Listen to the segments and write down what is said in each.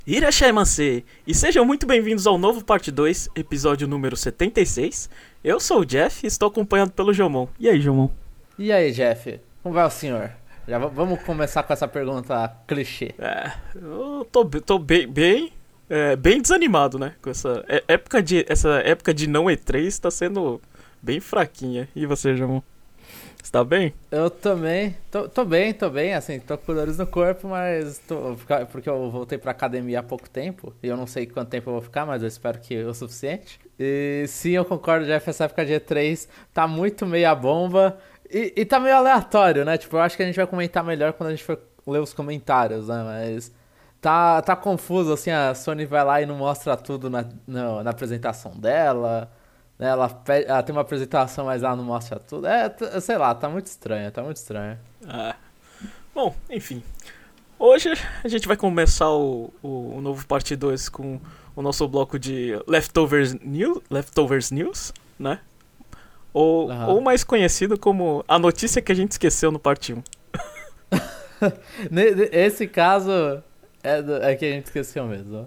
Irashaimase! E sejam muito bem-vindos ao novo parte 2, episódio número 76. Eu sou o Jeff e estou acompanhado pelo Jomon. E aí, Jomon? E aí, Jeff? Como vai o senhor? Já vamos começar com essa pergunta clichê. Eu tô bem desanimado, né? Com essa época de não E3 tá sendo bem fraquinha. E você, Jomon? Está bem? Eu também, tô bem, assim, tô com dores no corpo, mas porque eu voltei pra academia há pouco tempo, e eu não sei quanto tempo eu vou ficar, mas eu espero que o suficiente. E sim, eu concordo, Jeff, essa época de E3 tá muito meia bomba, e tá meio aleatório, né? Tipo, eu acho que a gente vai comentar melhor quando a gente for ler os comentários, né? Mas tá confuso, assim, a Sony vai lá e não mostra tudo na apresentação dela, né? Ela tem uma apresentação, mas ela não mostra tudo. Sei lá, tá muito estranho, tá muito estranho. Ah, bom, enfim. Hoje a gente vai começar o novo parte 2 com o nosso bloco de Leftovers News, né? Ou Aham. mais conhecido como a notícia que a gente esqueceu no parte um. Esse caso é que a gente esqueceu mesmo.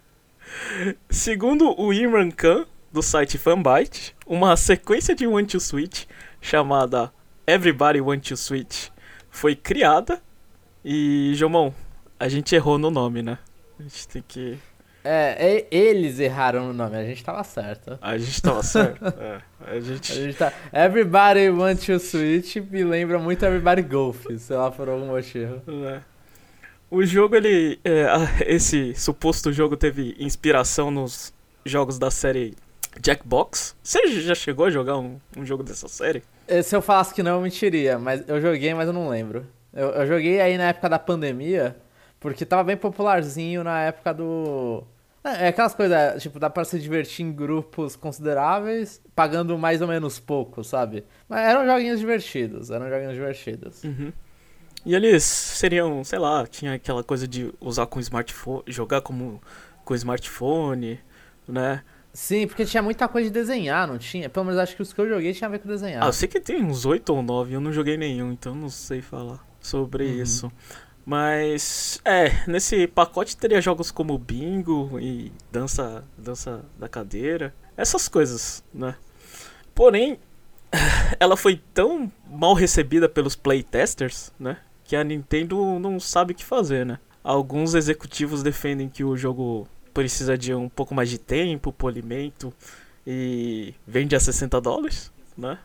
Segundo o Imran Khan, do site Fanbyte, uma sequência de One to Switch chamada Everybody Want to Switch foi criada e, Jomon, a gente errou no nome, né? A gente tem que... Eles erraram no nome, a gente tava certo. A gente tava certo. A A gente... gente tá. Everybody Want to Switch me lembra muito Everybody Golf, sei lá por algum motivo. né? O jogo, esse suposto jogo teve inspiração nos jogos da série Jackbox. Você já chegou a jogar um jogo dessa série? Se eu falasse que não, eu mentiria, mas eu joguei, mas eu não lembro. Eu joguei aí na época da pandemia, porque tava bem popularzinho na época do. É aquelas coisas, tipo, dá pra se divertir em grupos consideráveis, pagando mais ou menos pouco, sabe? Mas eram joguinhos divertidos, eram joguinhos divertidos. Uhum. E eles seriam, sei lá, tinha aquela coisa de usar com smartphone, jogar como com smartphone, né? Sim, porque tinha muita coisa de desenhar, não tinha? Pelo menos acho que os que eu joguei tinha a ver com Eu desenhar. sei que tem uns 8 ou 9, eu não joguei nenhum, então não sei falar sobre Uhum. isso. Mas, nesse pacote teria jogos como Bingo e dança da cadeira, essas coisas, né? Porém, ela foi tão mal recebida pelos playtesters, né? Que a Nintendo não sabe o que fazer, né? Alguns executivos defendem que o jogo precisa de um pouco mais de tempo, polimento e vende a US$ 60, né?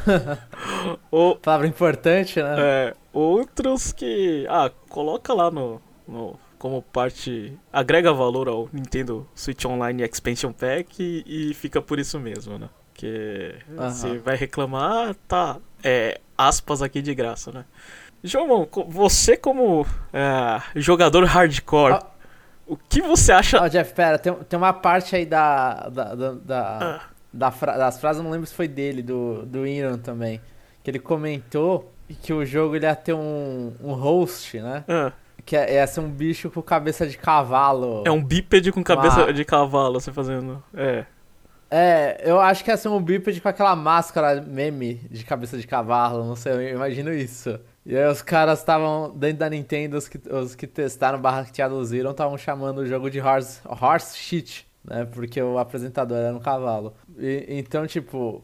Ou Palavra importante, né? outros que, coloca lá como parte, agrega valor ao Nintendo Switch Online Expansion Pack e fica por isso mesmo, né? Que você Aham. vai reclamar, tá, aspas aqui de graça, né? João, você como jogador hardcore, Ó, o que você acha? ó, Jeff, pera, tem uma parte aí Ah, das frases, eu não lembro se foi dele, do Ian também, que ele comentou que o jogo ele ia ter um host, né? ah, Que ia ser um bicho com cabeça de é cavalo, um bípede com com cabeça a... de cavalo, você fazendo. Eu acho que ia ser um bípede com aquela máscara meme de cabeça de cavalo, não sei, eu imagino isso. E aí os caras estavam, dentro da Nintendo, os que testaram barra que traduziram, estavam chamando o jogo de horse shit, né? Porque o apresentador era um cavalo. Então, tipo,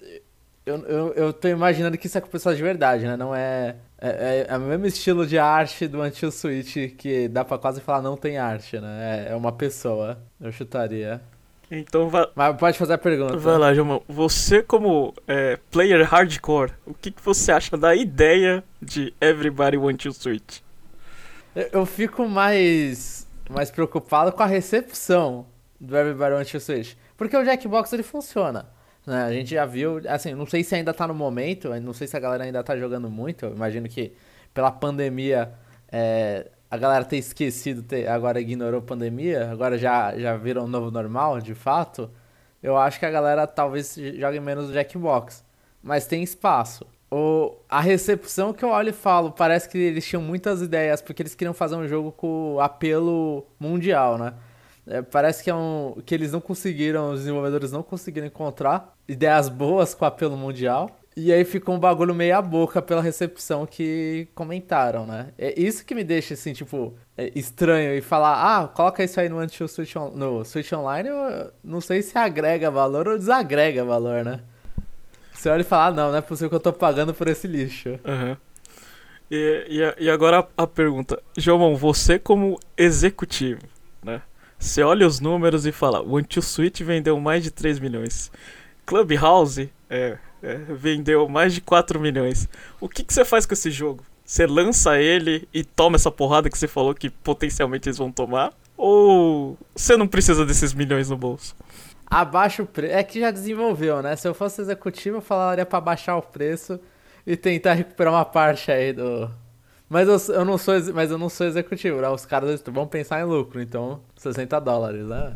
eu tô imaginando que isso é com pessoas de verdade, né? Não é o mesmo estilo de arte do antigo Switch que dá pra quase falar não tem arte, né? É uma pessoa, eu chutaria. Então vai, Mas pode fazer a vai pergunta. lá, João. Você como player hardcore, o que você acha da ideia de Everybody Want to Switch? Eu fico mais preocupado com a recepção do Everybody Wants to Switch. Porque o Jackbox ele funciona. Né? A gente já viu, assim, não sei se ainda tá no momento, não sei se a galera ainda tá jogando muito. Eu imagino que pela pandemia a galera ter esquecido, agora ignorou a pandemia, agora já virou um novo normal, de fato. Eu acho que a galera talvez jogue menos o Jackbox. Mas tem espaço. A recepção que eu olho e falo, parece que eles tinham muitas ideias, porque eles queriam fazer um jogo com apelo mundial, né? Parece que que eles não conseguiram, os desenvolvedores não conseguiram encontrar ideias boas com apelo mundial. E aí ficou um bagulho meia boca pela recepção que comentaram, né? É isso que me deixa, assim, tipo, estranho. E falar, coloca isso aí no Switch, no Switch Online, eu não sei se agrega valor ou desagrega valor, né? Você olha e fala, não é possível que eu tô pagando por esse lixo. Uhum. E agora a pergunta. João, você como executivo, né? Você olha os números e fala, o Switch vendeu mais de 3 milhões. Clubhouse vendeu mais de 4 milhões. O que você faz com esse jogo? Você lança ele e toma essa porrada que você falou que potencialmente eles vão tomar? Ou você não precisa desses milhões no bolso? Abaixa o preço. É que já desenvolveu, né? Se eu fosse executivo, eu falaria pra baixar o preço e tentar recuperar uma parte aí do. Mas eu não sou executivo, né? Os caras vão pensar em lucro, então $60, né?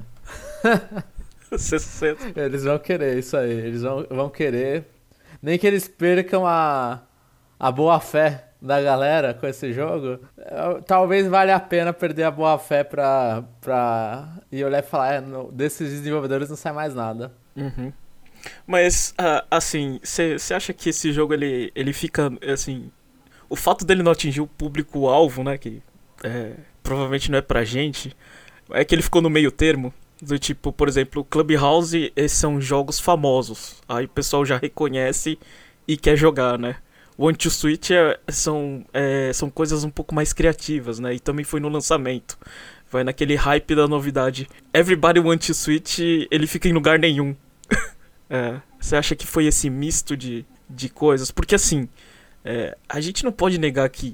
60. Eles vão querer isso aí. Eles vão querer. Nem que eles percam a boa fé da galera com esse jogo. Talvez valha a pena perder a boa fé pra e olhar e falar, desses desenvolvedores não sai mais nada. Uhum. Mas, assim, você acha que esse jogo ele fica, assim, o fato dele não atingir o público-alvo, né, que provavelmente não é pra gente, é que ele ficou no meio termo, do tipo, por exemplo, Clubhouse, esses são jogos famosos, aí o pessoal já reconhece e quer jogar, né. O Switch são coisas um pouco mais criativas, né, e também foi no lançamento, vai naquele hype da novidade. Everybody Want to Switch, ele fica em lugar nenhum. Você acha que foi esse misto de coisas? Porque assim, a gente não pode negar que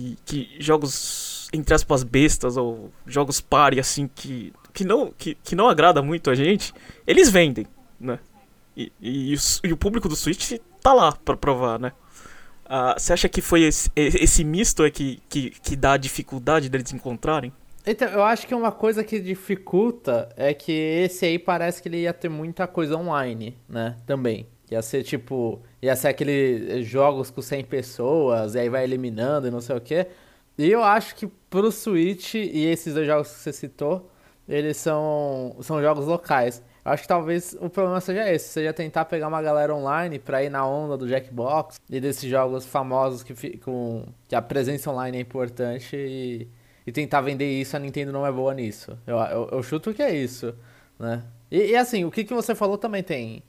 jogos, entre aspas, bestas ou jogos pare, assim, que não agrada muito a gente, eles vendem, né? E o público do Switch tá lá pra provar, né? Você acha que foi esse misto que dá a dificuldade deles encontrarem? Então, eu acho que uma coisa que dificulta é que esse aí parece que ele ia ter muita coisa online, né? Também. Ia ser aqueles jogos com 100 pessoas, e aí vai eliminando e não sei o quê. E eu acho que pro Switch, e esses dois jogos que você citou, eles são jogos locais. Eu acho que talvez o problema seja esse, seja tentar pegar uma galera online pra ir na onda do Jackbox e desses jogos famosos que a presença online é importante e tentar vender isso. A Nintendo não é boa nisso. Eu chuto que é isso, né? E assim, o que você falou também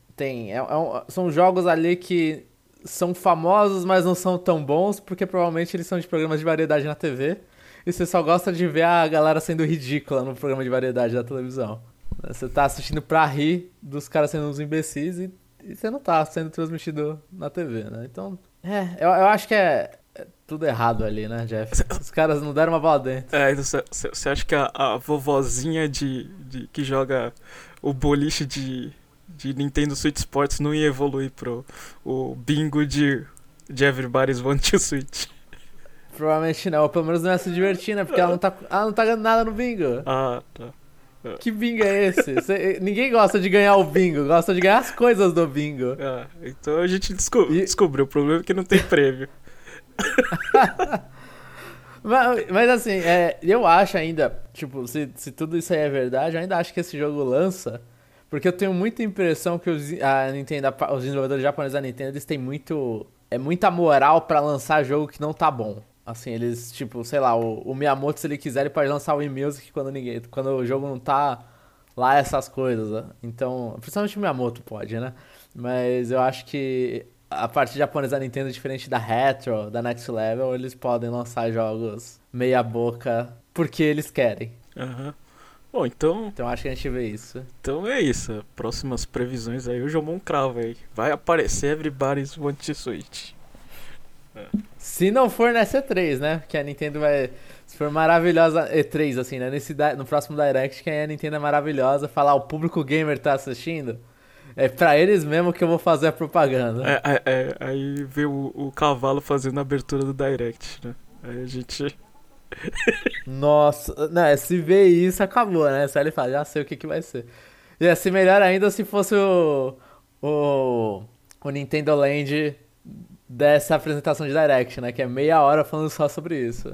são jogos ali que são famosos, mas não são tão bons, porque provavelmente eles são de programas de variedade na TV, e você só gosta de ver a galera sendo ridícula no programa de variedade da televisão. Você tá assistindo pra rir dos caras sendo uns imbecis e você não tá sendo transmitido na TV, né? Então, eu acho que é tudo errado ali, né, Jeff? Os caras não deram uma bola dentro. Você acha que a vovozinha que joga o boliche de Nintendo Switch Sports não ia evoluir pro o bingo de Everybody's Want to Switch? Provavelmente não, ou pelo menos não ia se divertir, né? Porque ela não tá ganhando nada no bingo. Ah, tá. Que bingo é esse? Ninguém gosta de ganhar o bingo, gosta de ganhar as coisas do bingo. Então a gente descobriu. O problema é que não tem prêmio. mas assim, eu acho ainda, tipo, se tudo isso aí é verdade, eu ainda acho que esse jogo lança, porque eu tenho muita impressão que os desenvolvedores japoneses da Nintendo, eles têm muita moral pra lançar jogo que não tá bom. Assim, eles, tipo, sei lá, o Miyamoto, se ele quiser, ele pode lançar o Wii Music quando o jogo não tá lá, essas coisas, né? Então, principalmente o Miyamoto pode, né? Mas eu acho que a parte japonesa da Nintendo, diferente da Retro, da Next Level, eles podem lançar jogos meia boca porque eles querem. Aham. Bom, então acho que a gente vê isso. Então é isso. Próximas previsões aí, o Jomon crava aí. Vai aparecer Everybody's Want to Switch. Se não for nessa E3, né? Que a Nintendo vai... Se for maravilhosa E3, assim, né? No próximo Direct, que a Nintendo é maravilhosa, falar o público gamer tá assistindo, é pra eles mesmo que eu vou fazer a propaganda. Aí vê o cavalo fazendo a abertura do Direct, né? Aí a gente... Nossa, né? Se vê isso, acabou, né? Só ele fala, já sei o que vai ser. Ia ser melhor ainda se fosse o Nintendo Land dessa apresentação de Direct, né? Que é meia hora falando só sobre isso.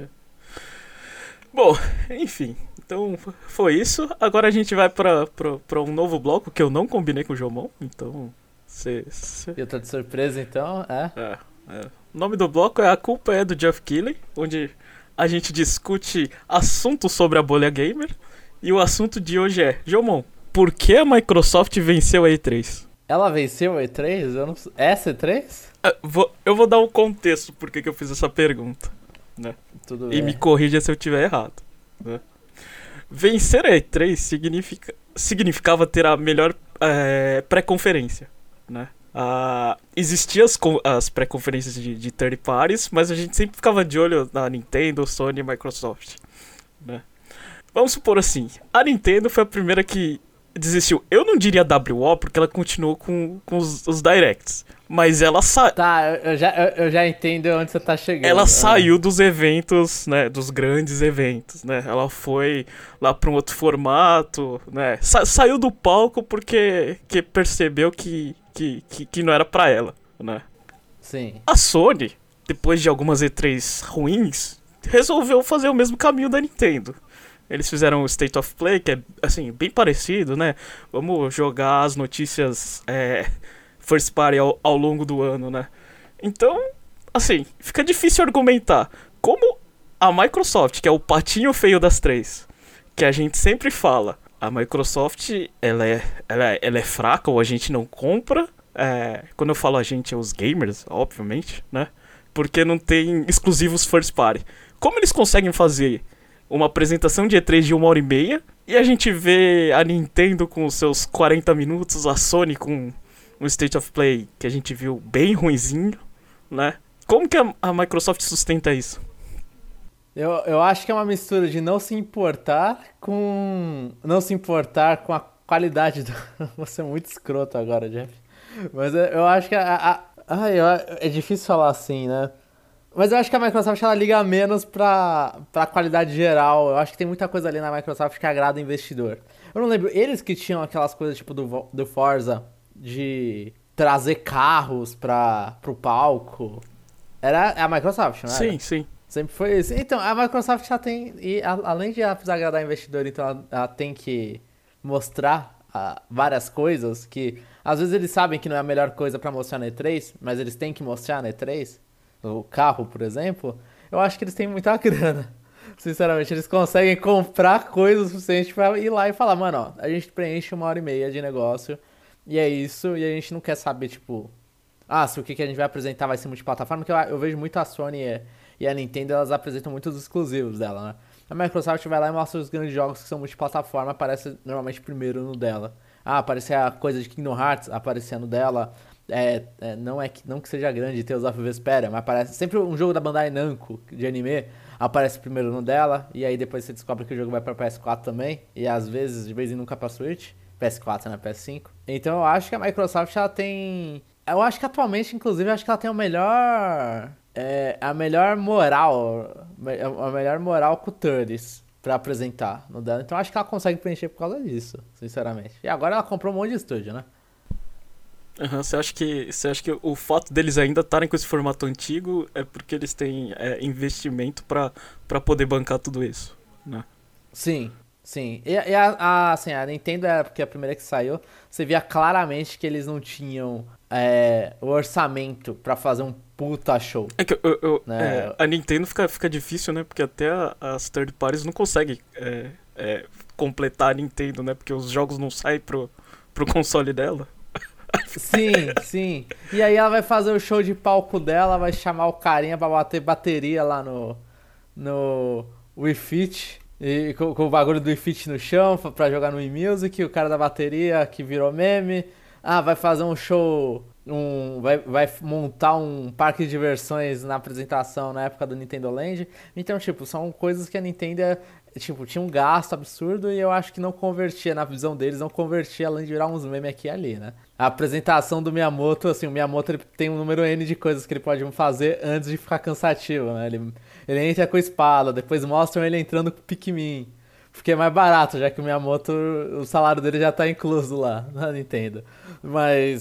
Bom, enfim. Então foi isso. Agora a gente vai pra um novo bloco que eu não combinei com o Jomon. Então Eu tô de surpresa, então, O nome do bloco é A Culpa é do Jeff Keighley, onde a gente discute assuntos sobre a bolha gamer. E o assunto de hoje é, Jomon, por que a Microsoft venceu a E3? Ela venceu a E3? Eu não... Essa E3? Eu vou dar um contexto por que eu fiz essa pergunta, né? Tudo E bem. me corrija se eu estiver errado, né? Vencer a E3 significava ter a melhor pré-conferência, né? Existiam as pré-conferências de third parties, mas a gente sempre ficava de olho na Nintendo, Sony e Microsoft, né? Vamos supor assim, a Nintendo foi a primeira que desistiu. Eu não diria WO, porque ela continuou com os Directs, mas ela saiu. Tá, eu já entendo onde você tá chegando. Ela saiu dos eventos, né, dos grandes eventos, né? Ela foi lá para um outro formato, né? Saiu do palco porque percebeu que não era pra ela, né? Sim. A Sony, depois de algumas E3 ruins, resolveu fazer o mesmo caminho da Nintendo. Eles fizeram o State of Play, que é, assim, bem parecido, né? Vamos jogar as notícias first party ao longo do ano, né? Então, assim, fica difícil argumentar. Como a Microsoft, que é o patinho feio das três, que a gente sempre fala, a Microsoft, ela é fraca ou a gente não compra. Quando eu falo a gente, é os gamers, obviamente, né? Porque não tem exclusivos first party. Como eles conseguem fazer uma apresentação de E3 de 1h30 e a gente vê a Nintendo com os seus 40 minutos, a Sony com um State of Play que a gente viu bem ruinzinho, né? Como que a Microsoft sustenta isso? Eu acho que é uma mistura de não se importar com a qualidade do... Você é muito escroto agora, Jeff. Mas eu acho que é difícil falar assim, né? Mas eu acho que a Microsoft ela liga menos pra qualidade geral. Eu acho que tem muita coisa ali na Microsoft que agrada o investidor. Eu não lembro, eles que tinham aquelas coisas tipo do Forza, de trazer carros pro palco. Era a Microsoft, não era? Sim. Sempre foi isso. Então, a Microsoft já tem, e além de ela precisar agradar o investidor, então ela tem que mostrar várias coisas que, às vezes eles sabem que não é a melhor coisa pra mostrar na E3, mas eles têm que mostrar na E3. O carro, por exemplo, eu acho que eles têm muita grana. Sinceramente, eles conseguem comprar coisas o suficiente pra ir lá e falar, mano, ó, a gente preenche 1h30 de negócio, e é isso, e a gente não quer saber, tipo, se o que a gente vai apresentar vai ser multiplataforma, porque eu vejo muito a Sony e a Nintendo, elas apresentam muitos exclusivos dela, né? A Microsoft vai lá e mostra os grandes jogos que são multiplataforma, aparece normalmente primeiro no dela. Aparecer a coisa de Kingdom Hearts aparecendo dela. Não que seja grande Tales of Vesperia, mas aparece sempre um jogo da Bandai Namco de anime aparece primeiro no dela, e aí depois você descobre que o jogo vai pra PS4 também, e às vezes, de vez em nunca pra Switch, PS4, né, PS5. Então eu acho que a Microsoft ela tem... Eu acho que atualmente, inclusive, eu acho que ela tem o melhor... a melhor moral com o Turles pra apresentar no dela. Então eu acho que ela consegue preencher por causa disso, sinceramente. E agora ela comprou um monte de estúdio, né? Você acha que o fato deles ainda estarem com esse formato antigo é porque eles têm investimento pra poder bancar tudo isso, né? Sim. E assim, a Nintendo era porque a primeira que saiu, você via claramente que eles não tinham o orçamento pra fazer um puta show. É que né? A Nintendo fica difícil, né? Porque até as third parties não conseguem completar a Nintendo, né? Porque os jogos não saem pro console dela. Sim. E aí ela vai fazer o show de palco dela, vai chamar o carinha pra bater bateria lá no Wii Fit, e com o bagulho do Wii Fit no chão, pra jogar no Wii Music, o cara da bateria que virou meme. Vai fazer um show, vai montar um parque de diversões na apresentação na época do Nintendo Land. Então, tipo, são coisas que a Nintendo... Tipo, tinha um gasto absurdo e eu acho que não convertia, na visão deles, não convertia além de virar uns memes aqui e ali, né? A apresentação do Miyamoto, assim, o Miyamoto ele tem um número N de coisas que ele pode fazer antes de ficar cansativo, né? Ele entra com a espada, depois mostram ele entrando com o Pikmin, porque é mais barato, já que o Miyamoto, o salário dele já tá incluso lá na Nintendo. Mas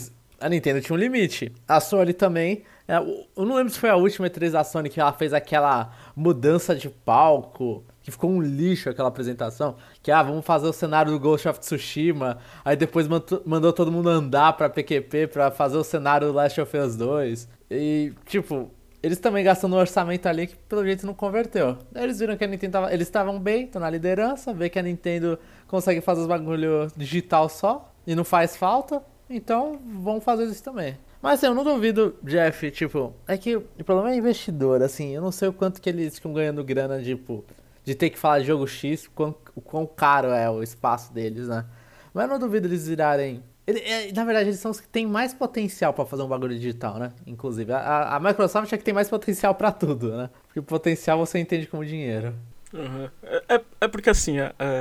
a Nintendo tinha um limite. A Sony também. Eu não lembro se foi a última E3 da Sony que ela fez aquela mudança de palco, que ficou um lixo aquela apresentação. Que, vamos fazer o cenário do Ghost of Tsushima. Aí depois mandou todo mundo andar pra PQP pra fazer o cenário do Last of Us 2. E, tipo, eles também gastando um orçamento ali que pelo jeito não converteu. Aí eles viram que a Nintendo eles estavam bem, estão na liderança, vê que a Nintendo consegue fazer os bagulho digital só e não faz falta, então vamos fazer isso também. Mas assim, eu não duvido, Jeff, tipo, é que o problema é investidor, assim, eu não sei o quanto que eles ficam ganhando grana, tipo, de ter que falar de jogo X, o quão caro é o espaço deles, né? Mas eu não duvido eles virarem. Na verdade, eles são os que têm mais potencial pra fazer um bagulho digital, né? Inclusive, a Microsoft é que tem mais potencial pra tudo, né? Porque o potencial você entende como dinheiro. Uhum. É porque assim,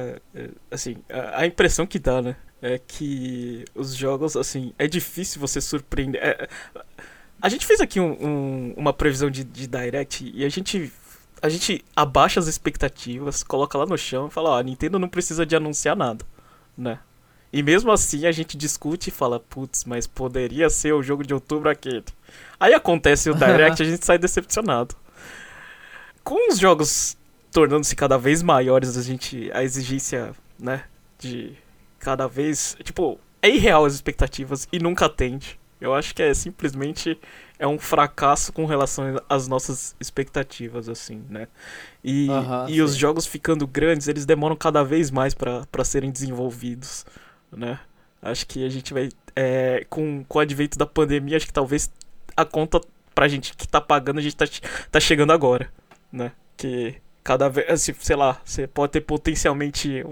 a impressão que dá, né? É que os jogos, assim, é difícil você surpreender. A gente fez aqui uma previsão de Direct e a gente abaixa as expectativas, coloca lá no chão e fala, ó, a Nintendo não precisa de anunciar nada, né? E mesmo assim a gente discute e fala, putz, mas poderia ser o jogo de outubro aquele. Aí acontece o Direct e a gente sai decepcionado. Com os jogos tornando-se cada vez maiores, a exigência, né, de cada vez... Tipo, é irreal as expectativas e nunca atende. Eu acho que simplesmente um fracasso com relação às nossas expectativas, assim, né? E os jogos ficando grandes, eles demoram cada vez mais pra serem desenvolvidos, né? Acho que a gente vai... com o advento da pandemia, acho que talvez a conta pra gente que tá pagando, a gente tá chegando agora, né? Que cada vez... Assim, sei lá, você pode ter potencialmente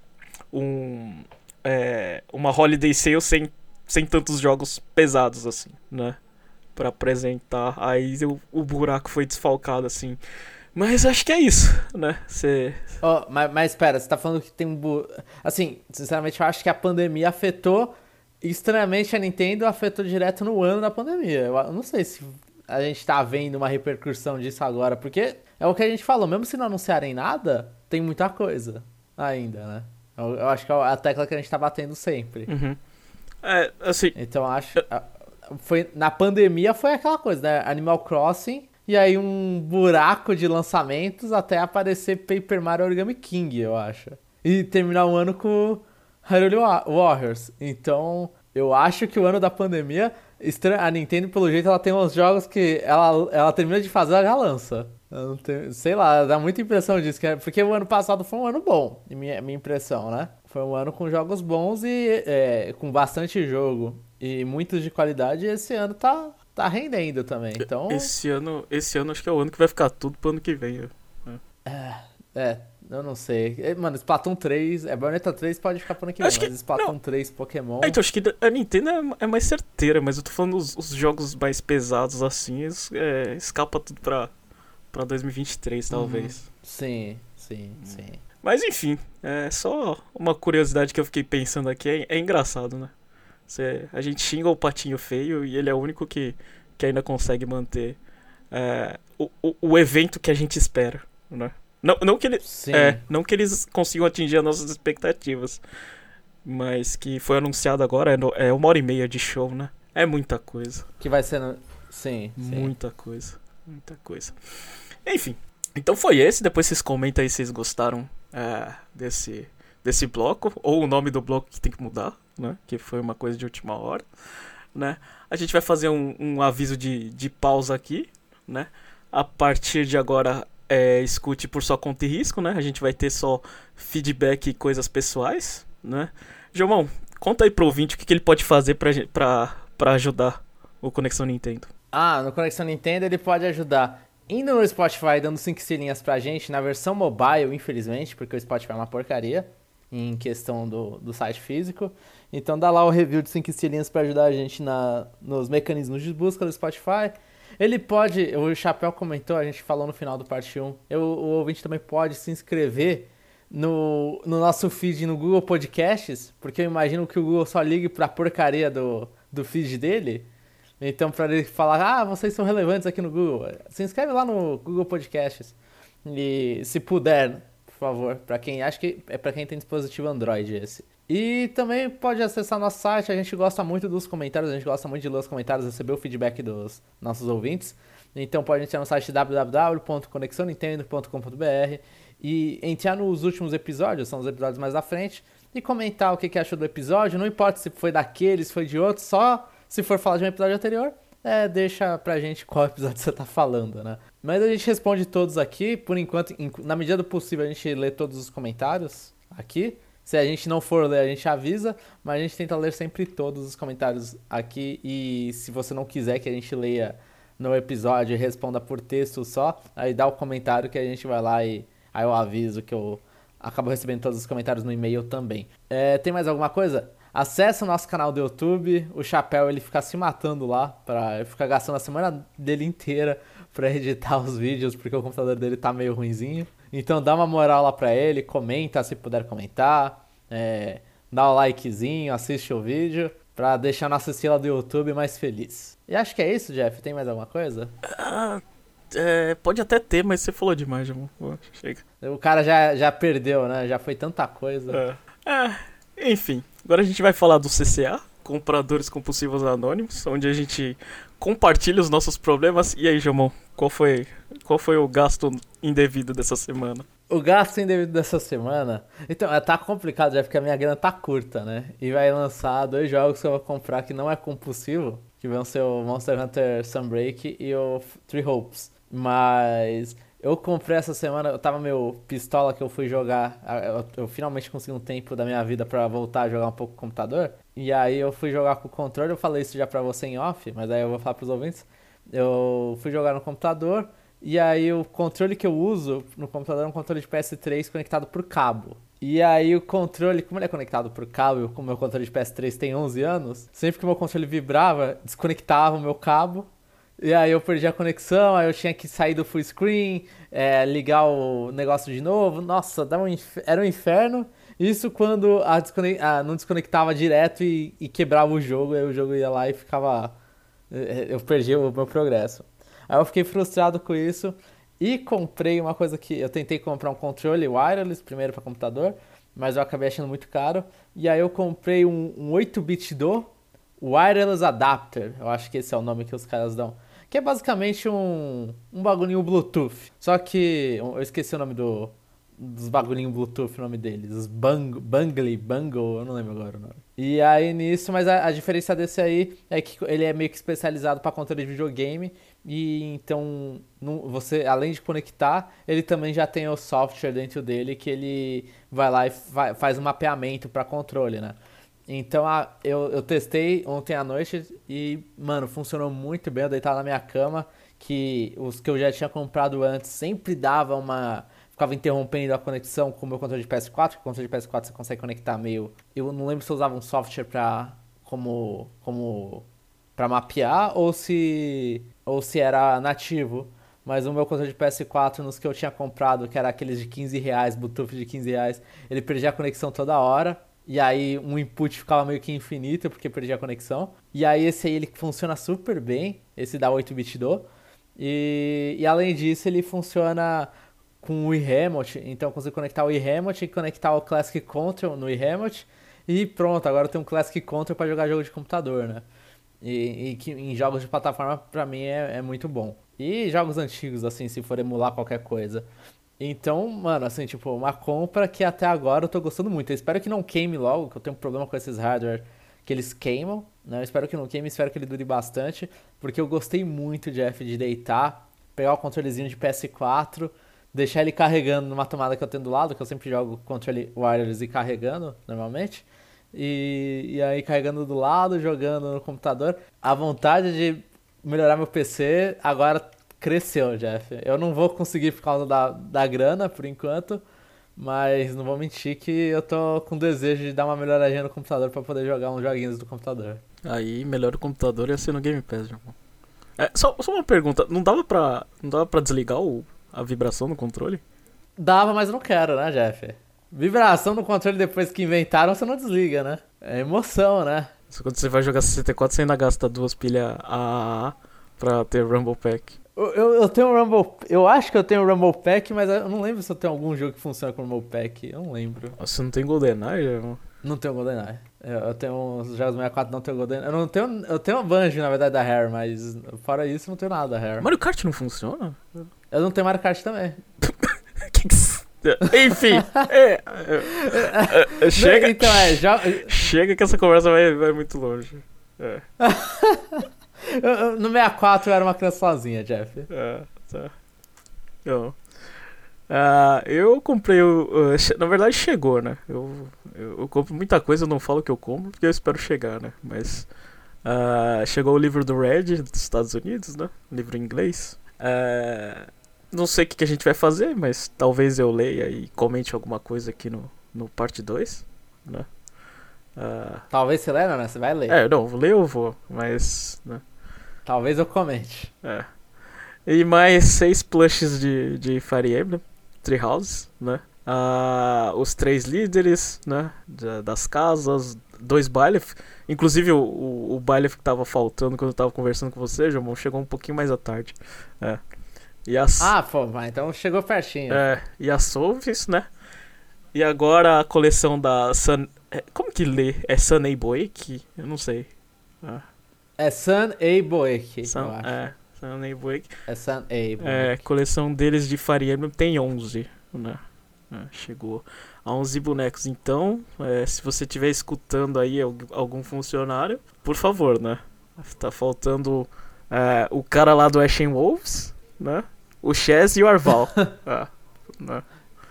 uma holiday sale sem tantos jogos pesados, assim, né? Pra apresentar. Aí o buraco foi desfalcado, assim. Mas acho que é isso, né? Mas espera, você tá falando que tem assim, sinceramente, eu acho que a pandemia afetou estranhamente a Nintendo, afetou direto no ano da pandemia. Eu não sei se a gente tá vendo uma repercussão disso agora, porque é o que a gente falou, mesmo se não anunciarem nada, tem muita coisa ainda, né? Eu acho que é a tecla que a gente tá batendo sempre. Uhum. Assim... Então acho... na pandemia foi aquela coisa, né? Animal Crossing, e aí um buraco de lançamentos até aparecer Paper Mario Origami King, eu acho. E terminar o ano com Hyrule Warriors. Então, eu acho que o ano da pandemia... A Nintendo, pelo jeito, ela tem uns jogos que ela termina de fazer, ela já lança. Sei lá, dá muita impressão disso. Porque o ano passado foi um ano bom, minha impressão, né? Foi um ano com jogos bons e com bastante jogo. E muitos de qualidade, e esse ano tá rendendo também. Então... Esse ano acho que é o ano que vai ficar tudo pro ano que vem. Eu não sei. Mano, Splatoon 3, Bayonetta 3 pode ficar pro ano que vem, mas Splatoon 3, Pokémon... Então, acho que a Nintendo é mais certeira, mas eu tô falando os jogos mais pesados assim, escapa tudo pra 2023, talvez. Sim. Mas enfim, é só uma curiosidade que eu fiquei pensando aqui, é engraçado, né? A gente xinga o patinho feio e ele é o único que ainda consegue manter o evento que a gente espera, né? Não que eles consigam atingir as nossas expectativas, mas que foi anunciado agora, é 1h30 de show, né? É muita coisa. Que vai ser... Sim. Muita coisa. Enfim, então foi esse. Depois vocês comentam aí se vocês gostaram desse bloco, ou o nome do bloco que tem que mudar, né? Que foi uma coisa de última hora, né? A gente vai fazer um aviso de pausa aqui, né? A partir de agora... escute por sua conta e risco, né? A gente vai ter só feedback e coisas pessoais, né? João, conta aí pro ouvinte o que ele pode fazer pra ajudar o Conexão Nintendo. No Conexão Nintendo ele pode ajudar indo no Spotify, dando 5 estrelinhas pra gente, na versão mobile, infelizmente, porque o Spotify é uma porcaria em questão do site físico. Então dá lá o review de 5 estrelinhas pra ajudar a gente nos mecanismos de busca do Spotify. Ele pode, o Chapéu comentou, a gente falou no final do parte 1, o ouvinte também pode se inscrever no nosso feed no Google Podcasts, porque eu imagino que o Google só ligue pra porcaria do feed dele. Então, pra ele falar, vocês são relevantes aqui no Google, se inscreve lá no Google Podcasts. E se puder, favor. Acho que é pra quem tem dispositivo Android esse. E também pode acessar nosso site, a gente gosta muito dos comentários, a gente gosta muito de ler os comentários, receber o feedback dos nossos ouvintes. Então pode entrar no site www.conexonintendo.com.br e entrar nos últimos episódios, são os episódios mais à frente, e comentar o que achou do episódio, não importa se foi daquele, se foi de outro, só se for falar de um episódio anterior, deixa pra gente qual episódio você tá falando, né? Mas a gente responde todos aqui, por enquanto, na medida do possível a gente lê todos os comentários aqui. Se a gente não for ler, a gente avisa, mas a gente tenta ler sempre todos os comentários aqui. E se você não quiser que a gente leia no episódio e responda por texto só, aí dá o comentário que a gente vai lá e aí eu aviso que eu acabo recebendo todos os comentários no e-mail também. Tem mais alguma coisa? Acesse o nosso canal do YouTube, o Chapéu ele fica se matando lá, fica gastando a semana dele inteira pra editar os vídeos, porque o computador dele tá meio ruinzinho. Então dá uma moral lá pra ele, comenta se puder comentar, dá o likezinho, assiste o vídeo, pra deixar nossa estrela do YouTube mais feliz. E acho que é isso, Jeff. Tem mais alguma coisa? Pode até ter, mas você falou demais, irmão. Chega. O cara já perdeu, né? Já foi tanta coisa. Enfim, agora a gente vai falar do CCA, Compradores Compulsivos Anônimos, onde a gente compartilha os nossos problemas. E aí, Jamon, qual foi o gasto indevido dessa semana? O gasto indevido dessa semana... Então, tá complicado já, porque a minha grana tá curta, né? E vai lançar 2 jogos que eu vou comprar que não é compulsivo, que vão ser o Monster Hunter Sunbreak e o Three Hopes. Mas... eu comprei essa semana, eu tava meio pistola que eu fui jogar, eu finalmente consegui um tempo da minha vida pra voltar a jogar um pouco com o computador, e aí eu fui jogar com o controle, eu falei isso já pra você em off, mas aí eu vou falar pros ouvintes, eu fui jogar no computador, e aí o controle que eu uso no computador é um controle de PS3 conectado por cabo. E aí o controle, como ele é conectado por cabo, como o meu controle de PS3 tem 11 anos, sempre que o meu controle vibrava, desconectava o meu cabo, e aí eu perdi a conexão, aí eu tinha que sair do full screen, ligar o negócio de novo. Nossa, era um inferno. Isso quando não desconectava direto e quebrava o jogo, aí o jogo ia lá e ficava... eu perdi o meu progresso. Aí eu fiquei frustrado com isso e comprei uma coisa que... eu tentei comprar um controle wireless primeiro para computador, mas eu acabei achando muito caro. E aí eu comprei um 8-bit do Wireless Adapter, eu acho que esse é o nome que os caras dão. Que é basicamente um bagulhinho Bluetooth. Só que eu esqueci o nome dos bagulhinhos Bluetooth, o nome deles. Os Bungle, eu não lembro agora o nome. E aí nisso, mas a diferença desse aí é que ele é meio que especializado para controle de videogame. E então, você, além de conectar, ele também já tem o software dentro dele que ele vai lá e faz um mapeamento para controle, né? Então eu testei ontem à noite e, mano, funcionou muito bem. Eu deitava na minha cama, que os que eu já tinha comprado antes sempre dava ficava interrompendo a conexão com o meu controle de PS4, porque o controle de PS4 você consegue conectar meio... eu não lembro se eu usava um software pra mapear ou se era nativo. Mas o meu controle de PS4, nos que eu tinha comprado, que era aqueles de R$15, Bluetooth de R$15, ele perdia a conexão toda hora. E aí um input ficava meio que infinito porque perdia a conexão. E aí esse aí ele funciona super bem, esse da 8-bit do. E além disso ele funciona com o eRemote. Então eu consigo conectar o eRemote e conectar o Classic Control no eRemote. E pronto, agora eu tenho um Classic Control para jogar jogo de computador, né? E que em jogos de plataforma pra mim é muito bom. E jogos antigos, assim, se for emular qualquer coisa. Então, mano, assim, tipo, uma compra que até agora eu tô gostando muito. Eu espero que não queime logo, que eu tenho um problema com esses hardware que eles queimam, né? Eu espero que não queime, espero que ele dure bastante, porque eu gostei muito, Jeff, de deitar, pegar o controlezinho de PS4, deixar ele carregando numa tomada que eu tenho do lado, que eu sempre jogo controle wireless e carregando, normalmente. E aí carregando do lado, jogando no computador. A vontade de melhorar meu PC agora cresceu, Jeff. Eu não vou conseguir por causa da grana, por enquanto, mas não vou mentir que eu tô com desejo de dar uma melhoradinha no computador pra poder jogar uns joguinhos do computador. Aí, melhor o computador ia ser no Game Pass, irmão. Só uma pergunta, não dava pra desligar a vibração no controle? Dava, mas eu não quero, né, Jeff? Vibração no controle depois que inventaram, você não desliga, né? É emoção, né? Só quando você vai jogar 64, você ainda gasta 2 pilhas AAA pra ter Rumble Pack. Eu tenho um Rumble. Eu acho que eu tenho um Rumble Pack, mas eu não lembro se eu tenho algum jogo que funciona com Rumble Pack. Eu não lembro. Você não tem GoldenEye, irmão? Não tenho GoldenEye. Eu tenho uns jogos 64, não tenho GoldenEye. Eu tenho uma Banjo, na verdade, da Rare, mas fora isso, não tenho nada da Rare. Mario Kart não funciona? Eu não tenho Mario Kart também. Enfim, chega. Então, Chega que essa conversa vai muito longe. No 64 eu era uma criança sozinha, Jeff. Tá. Então, eu comprei na verdade chegou, né? Eu compro muita coisa, eu não falo que eu compro porque eu espero chegar, né? Mas chegou o livro do Red dos Estados Unidos, né? Livro em inglês. Não sei o que a gente vai fazer, mas talvez eu leia e comente alguma coisa aqui no parte 2, né? Talvez você leia, né? Você vai ler. Não, ler eu vou, mas... né? Talvez eu comente. E mais 6 plushes de Fire Emblem, Three Houses, né? Os 3 líderes, né? Das casas, 2 Byleth. Inclusive o Byleth que tava faltando quando eu tava conversando com você, João, chegou um pouquinho mais à tarde. Pô, então chegou pertinho. E a Solvis, né? E agora a coleção da Sun... Como que lê? É Sun Eiboek? Eu não sei. É Sun Eiboek, eu acho. Sun Eiboek. É Sun Eiboek. Coleção deles de Fire Emblem tem 11, né? Chegou a 11 bonecos. Então, se você estiver escutando aí algum funcionário, por favor, né? Tá faltando o cara lá do Ashen Wolves, né? O Chess e o Arval. Né?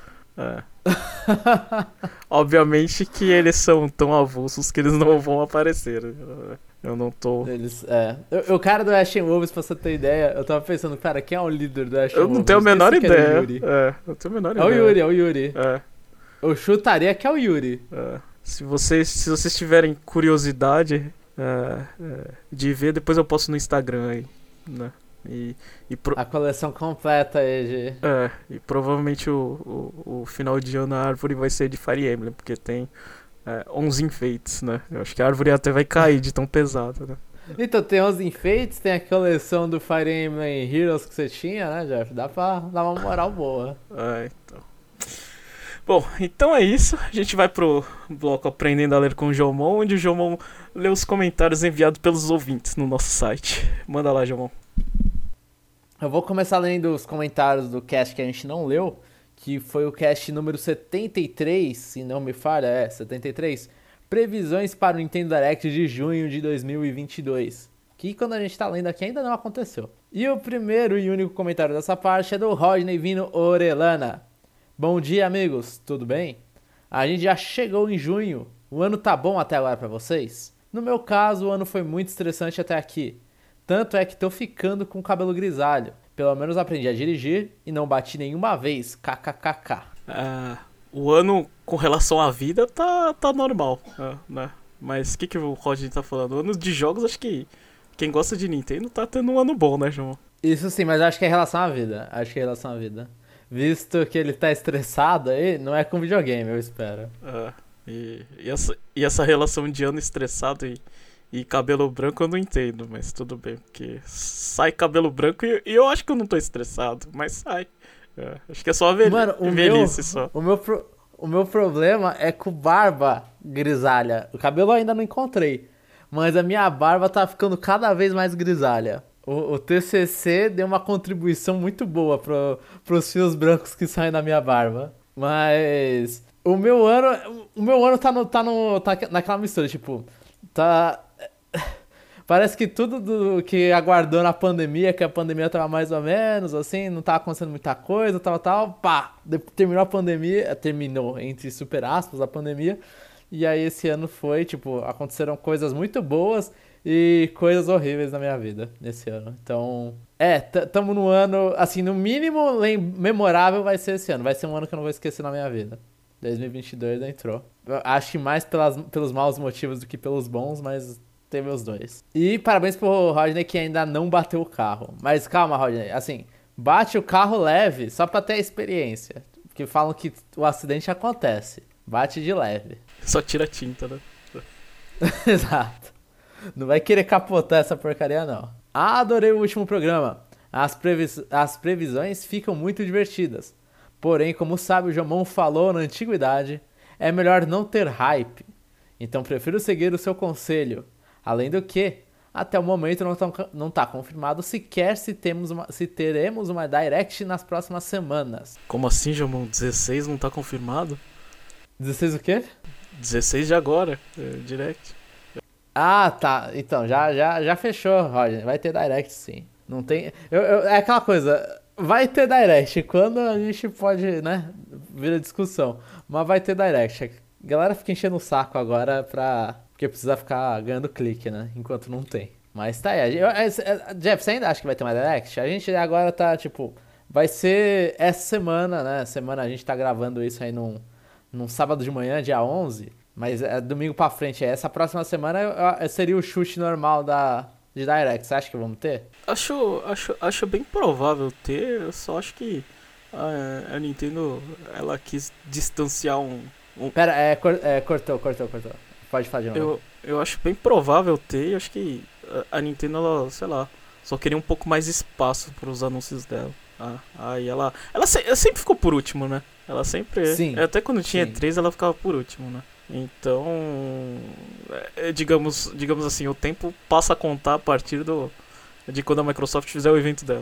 Obviamente que eles são tão avulsos que eles não vão aparecer. Eu não tô... O cara do Ashen Wolves, pra você ter ideia, eu tava pensando, cara, quem é o líder do Ashen Wolves? Eu não tenho a menor ideia. Eu tenho a menor ideia. É o Yuri. Eu chutaria que é o Yuri. Se vocês tiverem curiosidade de ver, depois eu posto no Instagram aí, né? A coleção completa aí e provavelmente o final de ano a árvore vai ser de Fire Emblem, porque tem 11 enfeites, né? Eu acho que a árvore até vai cair de tão pesada, né? Então tem 11 enfeites, tem a coleção do Fire Emblem Heroes que você tinha, né, Jeff? Dá pra dar uma moral boa. Então. Bom, então é isso. A gente vai pro bloco Aprendendo a Ler com o Jomon, onde o Jomon lê os comentários enviados pelos ouvintes no nosso site. Manda lá, Jomon. Eu vou começar lendo os comentários do cast que a gente não leu, que foi o cast número 73, se não me falha, 73. Previsões para o Nintendo Direct de junho de 2022. Que quando a gente tá lendo aqui ainda não aconteceu. E o primeiro e único comentário dessa parte é do Rodney Vino Orelana. Bom dia, amigos, tudo bem? A gente já chegou em junho. O ano tá bom até agora pra vocês? No meu caso, o ano foi muito estressante até aqui. Tanto é que tô ficando com o cabelo grisalho. Pelo menos aprendi a dirigir e não bati nenhuma vez. KKKK. O ano com relação à vida tá normal, né? Mas o que o Rodney tá falando? O ano de jogos, acho que quem gosta de Nintendo tá tendo um ano bom, né, João? Isso sim, mas acho que é em relação à vida. Visto que ele tá estressado aí, não é com videogame, eu espero. E essa relação de ano estressado e cabelo branco eu não entendo, mas tudo bem, porque sai cabelo branco e eu acho que eu não tô estressado, mas sai. Acho que é só a velhice só. O meu problema é com barba grisalha. O cabelo eu ainda não encontrei, mas a minha barba tá ficando cada vez mais grisalha. O TCC deu uma contribuição muito boa pros fios brancos que saem da minha barba. Mas o meu ano tá naquela mistura, tipo, tá... Parece que tudo do que aguardou na pandemia, que a pandemia tava mais ou menos, assim, não tava acontecendo muita coisa, tal, pá, terminou a pandemia, terminou, entre super aspas, a pandemia, e aí esse ano foi, tipo, aconteceram coisas muito boas e coisas horríveis na minha vida, nesse ano. Então, tamo no ano, assim, no mínimo memorável vai ser esse ano, vai ser um ano que eu não vou esquecer na minha vida. 2022 entrou. Acho que mais pelos maus motivos do que pelos bons, mas teve os dois. E parabéns pro Rodney que ainda não bateu o carro. Mas calma, Rodney, assim, bate o carro leve, só pra ter a experiência. Porque falam que o acidente acontece. Bate de leve. Só tira tinta, né? Exato. Não vai querer capotar essa porcaria, não. Adorei o último programa. As previsões ficam muito divertidas. Porém, como o sábio Jomon falou na antiguidade, é melhor não ter hype. Então prefiro seguir o seu conselho. Além do que, até o momento não tá confirmado sequer se teremos uma Direct nas próximas semanas. Como assim, Jamon? 16 não tá confirmado? 16 o quê? 16 de agora, Direct. Ah, tá. Então, já fechou, Roger. Vai ter Direct, sim. Não tem... é aquela coisa... Vai ter Direct. Quando a gente pode, né? Vir a discussão. Mas vai ter Direct. A galera fica enchendo o saco agora porque precisa ficar ganhando clique, né? Enquanto não tem. Mas tá aí. Jeff, você ainda acha que vai ter uma Direct? A gente agora tá, tipo... Vai ser essa semana, né? Semana a gente tá gravando isso aí num sábado de manhã, dia 11. Mas é domingo pra frente. Essa próxima semana seria o chute normal de Direct. Você acha que vamos ter? Acho bem provável ter. Eu só acho que a Nintendo, ela quis distanciar Pera, cortou. Pode falar de novo. Eu acho bem provável ter. Acho que a Nintendo, ela, sei lá, só queria um pouco mais espaço para os anúncios dela. Aí ela sempre ficou por último, né? Ela sempre... Sim. Até quando tinha E3, ela ficava por último, né? Então, digamos assim, o tempo passa a contar a partir de quando a Microsoft fizer o evento dela.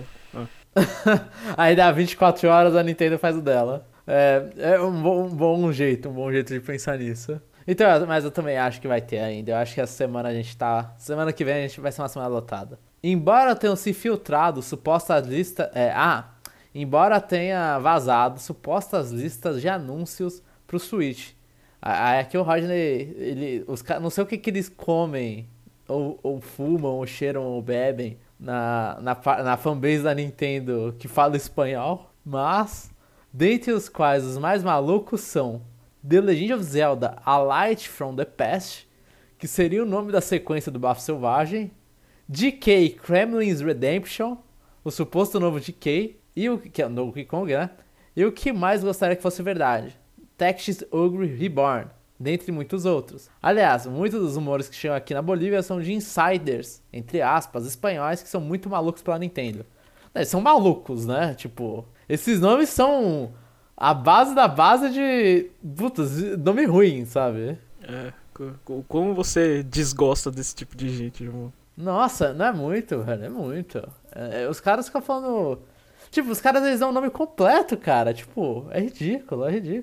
Aí dá 24 horas, a Nintendo faz o dela. É um bom jeito de pensar nisso. Então, mas eu também acho que vai ter ainda. Eu acho que essa semana semana que vem a gente vai ser uma semana lotada. Embora tenham se filtrado supostas listas... embora tenha vazado supostas listas de anúncios pro Switch. Aqui o Rodney, não sei o que eles comem, ou fumam, ou cheiram, ou bebem na fanbase da Nintendo que fala espanhol, mas dentre os quais os mais malucos são The Legend of Zelda: A Light from the Past, que seria o nome da sequência do Bafo Selvagem, DK Kremlin's Redemption, o suposto novo DK, que é o novo Donkey Kong, né? E o que mais gostaria que fosse verdade: Tactics Ogre Reborn, dentre muitos outros. Aliás, muitos dos rumores que chegam aqui na Bolívia são de insiders, entre aspas, espanhóis, que são muito malucos pela Nintendo. Eles são malucos, né? Tipo, esses nomes são a base da base de... Putz, nome ruim, sabe? Como você desgosta desse tipo de gente, irmão? Nossa, não é muito, velho, é muito. Os caras ficam falando... Tipo, os caras eles dão o nome completo, cara. Tipo, é ridículo.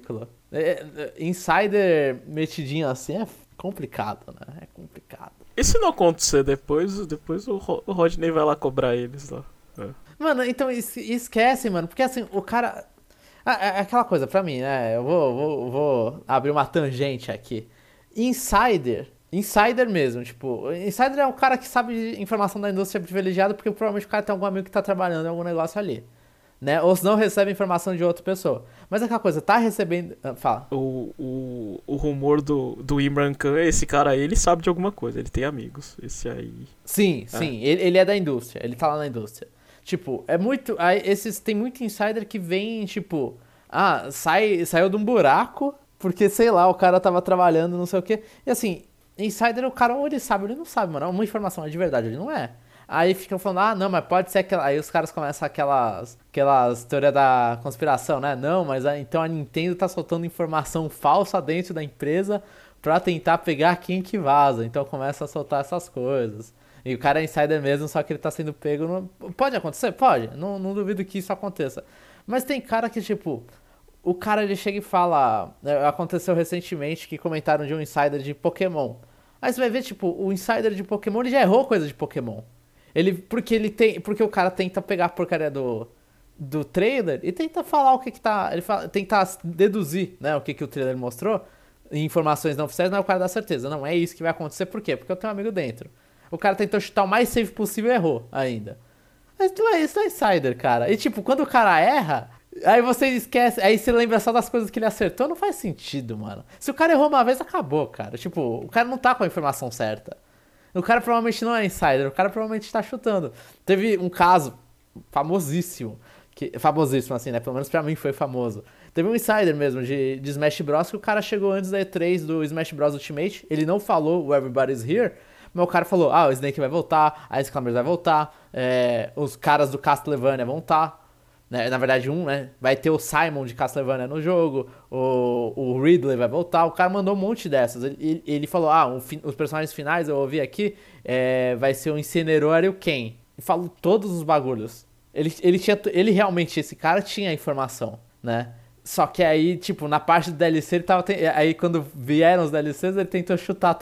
Insider metidinho assim é complicado, né? É complicado. E se não acontecer depois o Rodney vai lá cobrar eles lá. Mano, então esquece, mano. Porque assim, o cara... É aquela coisa, pra mim, né? Eu vou abrir uma tangente aqui. Insider mesmo, tipo... Insider é um cara que sabe informação da indústria privilegiada porque provavelmente o cara tem algum amigo que tá trabalhando em algum negócio ali. Né? Ou se não recebe informação de outra pessoa. Mas é aquela coisa, tá recebendo... Fala. O rumor do Imran Khan, esse cara aí, ele sabe de alguma coisa, ele tem amigos. Esse aí... Sim. Ele é da indústria, ele tá lá na indústria. Tipo, é muito... Tem muito insider que vem, tipo... saiu de um buraco, porque, sei lá, o cara tava trabalhando, não sei o quê. E assim, insider, o cara ou ele sabe ou ele não sabe, mano. Uma informação é de verdade, ele não é. Aí ficam falando, não, mas pode ser aquela... Aí os caras começam aquelas teorias da conspiração, né? Não, mas então a Nintendo tá soltando informação falsa dentro da empresa pra tentar pegar quem que vaza. Então começa a soltar essas coisas. E o cara é insider mesmo, só que ele tá sendo pego... Pode acontecer? Pode. Não duvido que isso aconteça. Mas tem cara que, tipo... O cara, ele chega e fala... Aconteceu recentemente que comentaram de um insider de Pokémon. Aí você vai ver, tipo, o insider de Pokémon, ele já errou coisa de Pokémon. Porque o cara tenta pegar a porcaria do trailer e tenta falar o que tá... Tentar deduzir, né, o que o trailer mostrou. Informações não oficiais, mas o cara dá certeza. Não, é isso que vai acontecer. Por quê? Porque eu tenho um amigo dentro. O cara tentou chutar o mais safe possível e errou ainda. Mas isso é insider, cara. E tipo, quando o cara erra, aí você esquece, aí você lembra só das coisas que ele acertou, não faz sentido, mano. Se o cara errou uma vez, acabou, cara. Tipo, o cara não tá com a informação certa. O cara provavelmente não é insider, o cara provavelmente tá chutando. Teve um caso famosíssimo, famosíssimo assim, né? Pelo menos pra mim foi famoso. Teve um insider mesmo de Smash Bros. Que o cara chegou antes da E3 do Smash Bros. Ultimate. Ele não falou o Everybody's Here, Mas o cara falou, o Snake vai voltar, a Exclaimers vai voltar, os caras do Castlevania vão estar. Né? Na verdade, né? Vai ter o Simon de Castlevania no jogo, o Ridley vai voltar. O cara mandou um monte dessas. Ele falou, os personagens finais, eu ouvi aqui, vai ser o Incineroar e o Ken. E falou todos os bagulhos. Ele realmente, esse cara tinha a informação, né? Só que aí, tipo, na parte do DLC ele tava... Aí quando vieram os DLCs ele tentou chutar.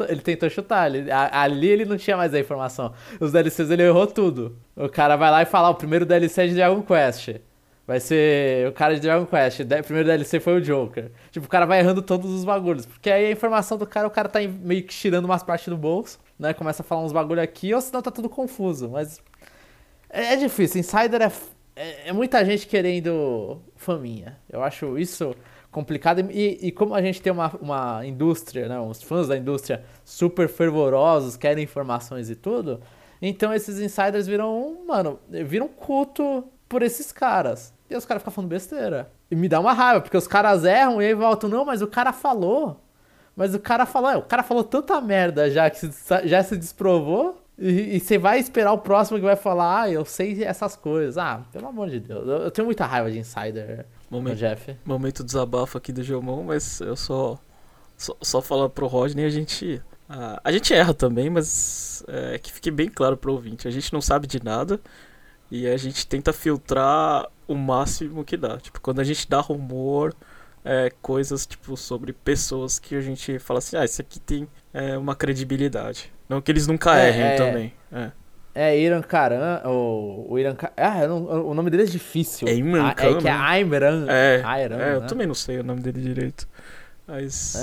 Ali ele não tinha mais a informação. Os DLCs ele errou tudo. O cara vai lá e fala, o primeiro DLC é de Dragon Quest. Vai ser o cara de Dragon Quest. O primeiro DLC foi o Joker. Tipo, o cara vai errando todos os bagulhos. Porque aí a informação do cara, o cara tá meio que tirando umas partes do bolso, né? Começa a falar uns bagulho aqui, ou senão tá tudo confuso. Mas é difícil. Insider é muita gente querendo faminha. Eu acho isso complicado. E como a gente tem uma indústria, né? Os fãs da indústria super fervorosos, querem informações e tudo. Então esses insiders viram culto por esses caras. E os caras ficam falando besteira. E me dá uma raiva, porque os caras erram e aí voltam, não, mas o cara falou. O cara falou tanta merda já que já se desprovou. E você vai esperar o próximo que vai falar, eu sei essas coisas. Pelo amor de Deus. Eu tenho muita raiva de insider, Jeff. Momento desabafo aqui do Jomon, mas eu só falar pro Rodney, a gente erra também, mas que fique bem claro pro ouvinte. A gente não sabe de nada e a gente tenta filtrar o máximo que dá. Tipo, quando a gente dá rumor, coisas tipo sobre pessoas que a gente fala assim, isso aqui tem uma credibilidade. Não que eles nunca errem também. Iran Karan, o Iran Karan, o nome dele é difícil. É Imran Khan, que é Imran. Eu também não sei o nome dele direito. Mas...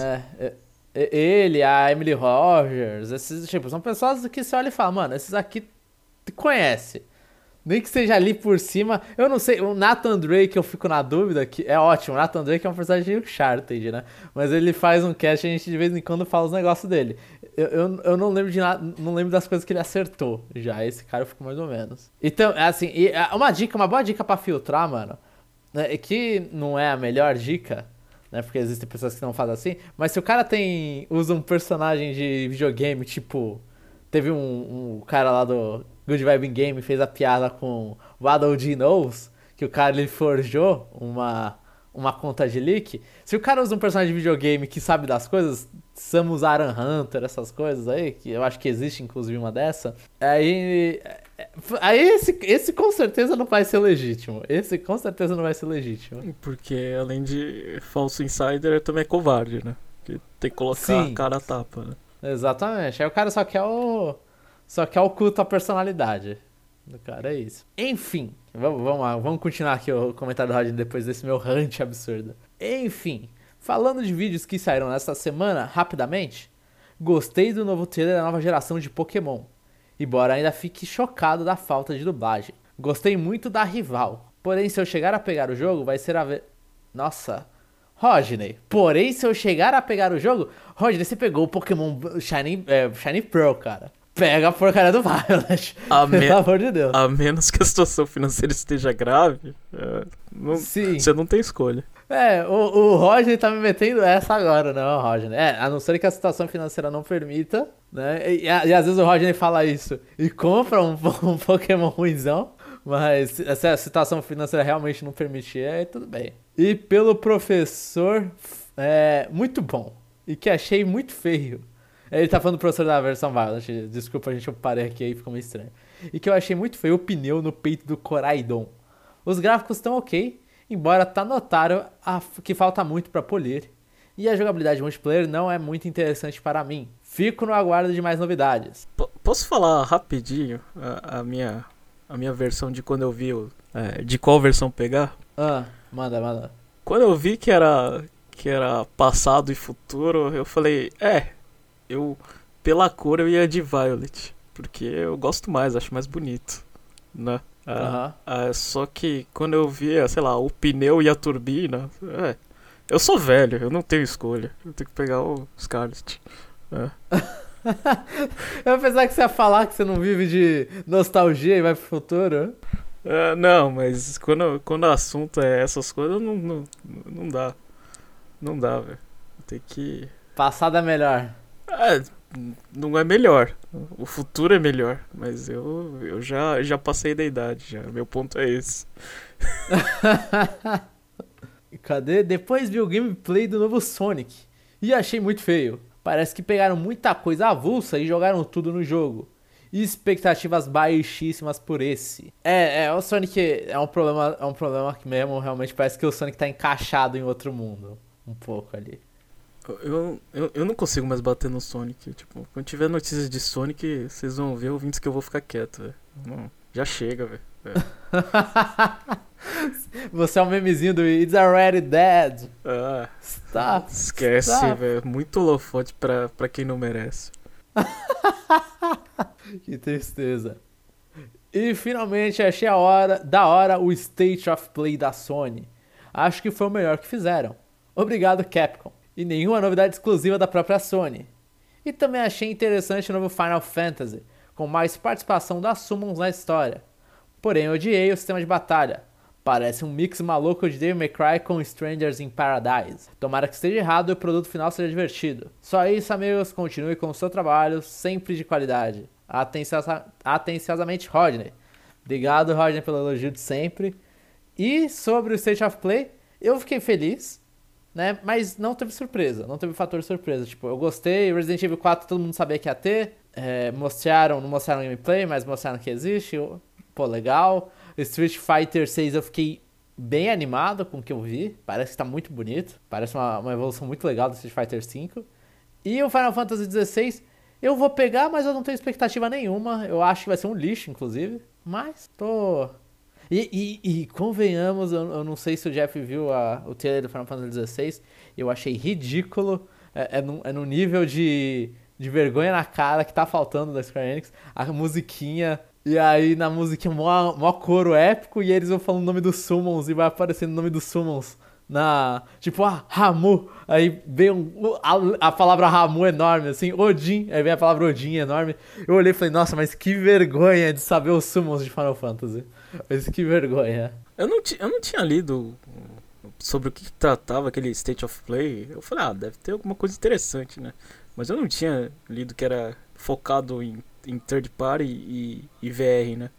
Ele, a Emily Rogers, esses tipo, são pessoas que você olha e fala, mano, esses aqui tu conhece. Nem que seja ali por cima. Eu não sei, o Nathan Drake, eu fico na dúvida, que é ótimo. O Nathan Drake é um personagem Uncharted, né? Mas ele faz um cast e a gente de vez em quando fala os negócios dele. Eu não lembro de nada, não lembro das coisas que ele acertou já. Esse cara eu fico mais ou menos. Então, assim, uma boa dica pra filtrar, mano, né, que não é a melhor dica, né? Porque existem pessoas que não fazem assim. Mas se o cara usa um personagem de videogame, tipo, teve um cara lá do Good Vibe Game fez a piada com o Waddle Dee Knows, que o cara ele forjou uma conta de leak. Se o cara usa um personagem de videogame que sabe das coisas, Samus Aran Hunter, essas coisas aí, que eu acho que existe inclusive uma dessa, aí esse com certeza não vai ser legítimo. Esse com certeza não vai ser legítimo. Porque além de falso insider, também é covarde, né? Que tem que colocar a cara a tapa, né? Exatamente. Aí o cara só quer o culto à personalidade do cara, é isso. Enfim, vamos continuar aqui o comentário do Rodney depois desse meu rant absurdo. Enfim, falando de vídeos que saíram nesta semana, rapidamente, gostei do novo trailer da nova geração de Pokémon, embora ainda fique chocado da falta de dublagem. Gostei muito da rival, porém se eu chegar a pegar o jogo, vai ser Nossa... Rodney, porém se eu chegar a pegar o jogo... Rodney, você pegou o Pokémon Shiny Pearl, cara. Pega a porcaria do Violet. Pelo amor de Deus. A menos que a situação financeira esteja grave, você não tem escolha. O Rodney tá me metendo essa agora, não, Rodney. A não ser que a situação financeira não permita, né? E às vezes o Rodney fala isso e compra um Pokémon ruimzão. Mas se a situação financeira realmente não permitir, aí tudo bem. E pelo professor, muito bom. E que achei muito feio. Ele tá falando do professor da versão Violet. Desculpa, gente, eu parei aqui aí, ficou meio estranho. E que eu achei muito feio o pneu no peito do Coraidon. Os gráficos estão ok, embora tá notável que falta muito pra polir. E a jogabilidade multiplayer não é muito interessante para mim. Fico no aguardo de mais novidades. Posso falar rapidinho a minha versão de quando eu vi de qual versão pegar? Manda. Quando eu vi que era passado e futuro, eu falei, pela cor eu ia de Violet, porque eu gosto mais, acho mais bonito, né? Só que quando eu via, sei lá, o pneu e a turbina, eu sou velho, eu não tenho escolha, eu tenho que pegar o Scarlet. Eu pensava que você ia falar que você não vive de nostalgia e vai pro futuro. Não, mas quando o assunto é essas coisas, não dá. Não dá, velho. Tem que... Passado é melhor. não é melhor. O futuro é melhor. Mas eu já passei da idade. Já. Meu ponto é esse. Cadê? Depois vi o gameplay do novo Sonic e achei muito feio. Parece que pegaram muita coisa avulsa e jogaram tudo no jogo. E expectativas baixíssimas por esse. O Sonic é um problema que mesmo, realmente parece que o Sonic tá encaixado em outro mundo. Um pouco ali. Eu não consigo mais bater no Sonic. Tipo, quando tiver notícias de Sonic, vocês vão ver ouvintes que eu vou ficar quieto, velho. Já chega, velho. Você é um memezinho do It's Already Dead. Stop. Esquece, velho. Muito holofote pra quem não merece. Que tristeza. E finalmente achei da hora o State of Play da Sony. Acho que foi o melhor que fizeram. Obrigado, Capcom. E nenhuma novidade exclusiva da própria Sony. E também achei interessante o novo Final Fantasy, com mais participação das Summons na história. Porém, eu odiei o sistema de batalha. Parece um mix maluco de Devil May Cry com Strangers in Paradise. Tomara que esteja errado e o produto final seja divertido. Só isso, amigos. Continue com o seu trabalho, sempre de qualidade. Atenciosamente, Rodney. Obrigado, Rodney, pelo elogio de sempre. E sobre o State of Play, eu fiquei feliz, né? Mas não teve surpresa, não teve fator surpresa. Tipo, eu gostei, Resident Evil 4 todo mundo sabia que ia ter. Não mostraram gameplay, mas mostraram que existe. Pô, legal. Street Fighter 6 eu fiquei bem animado com o que eu vi. Parece que tá muito bonito. Parece uma evolução muito legal do Street Fighter 5. E o Final Fantasy 16 eu vou pegar, mas eu não tenho expectativa nenhuma. Eu acho que vai ser um lixo, inclusive. Mas tô... E convenhamos, eu não sei se o Jeff viu o trailer do Final Fantasy 16. Eu achei ridículo. É no nível de vergonha na cara que tá faltando da Square Enix. A musiquinha... E aí na musiquinha mó coro épico e eles vão falando o nome dos Summons e vai aparecendo o nome dos Summons tipo, Ramu. Aí vem a palavra Ramu enorme, assim, Odin. Aí vem a palavra Odin enorme. Eu olhei e falei, nossa, mas que vergonha de saber os Summons de Final Fantasy. Mas que vergonha. Eu não tinha lido sobre o que tratava aquele State of Play. Eu falei, deve ter alguma coisa interessante, né? Mas eu não tinha lido que era focado em third party e VR, né?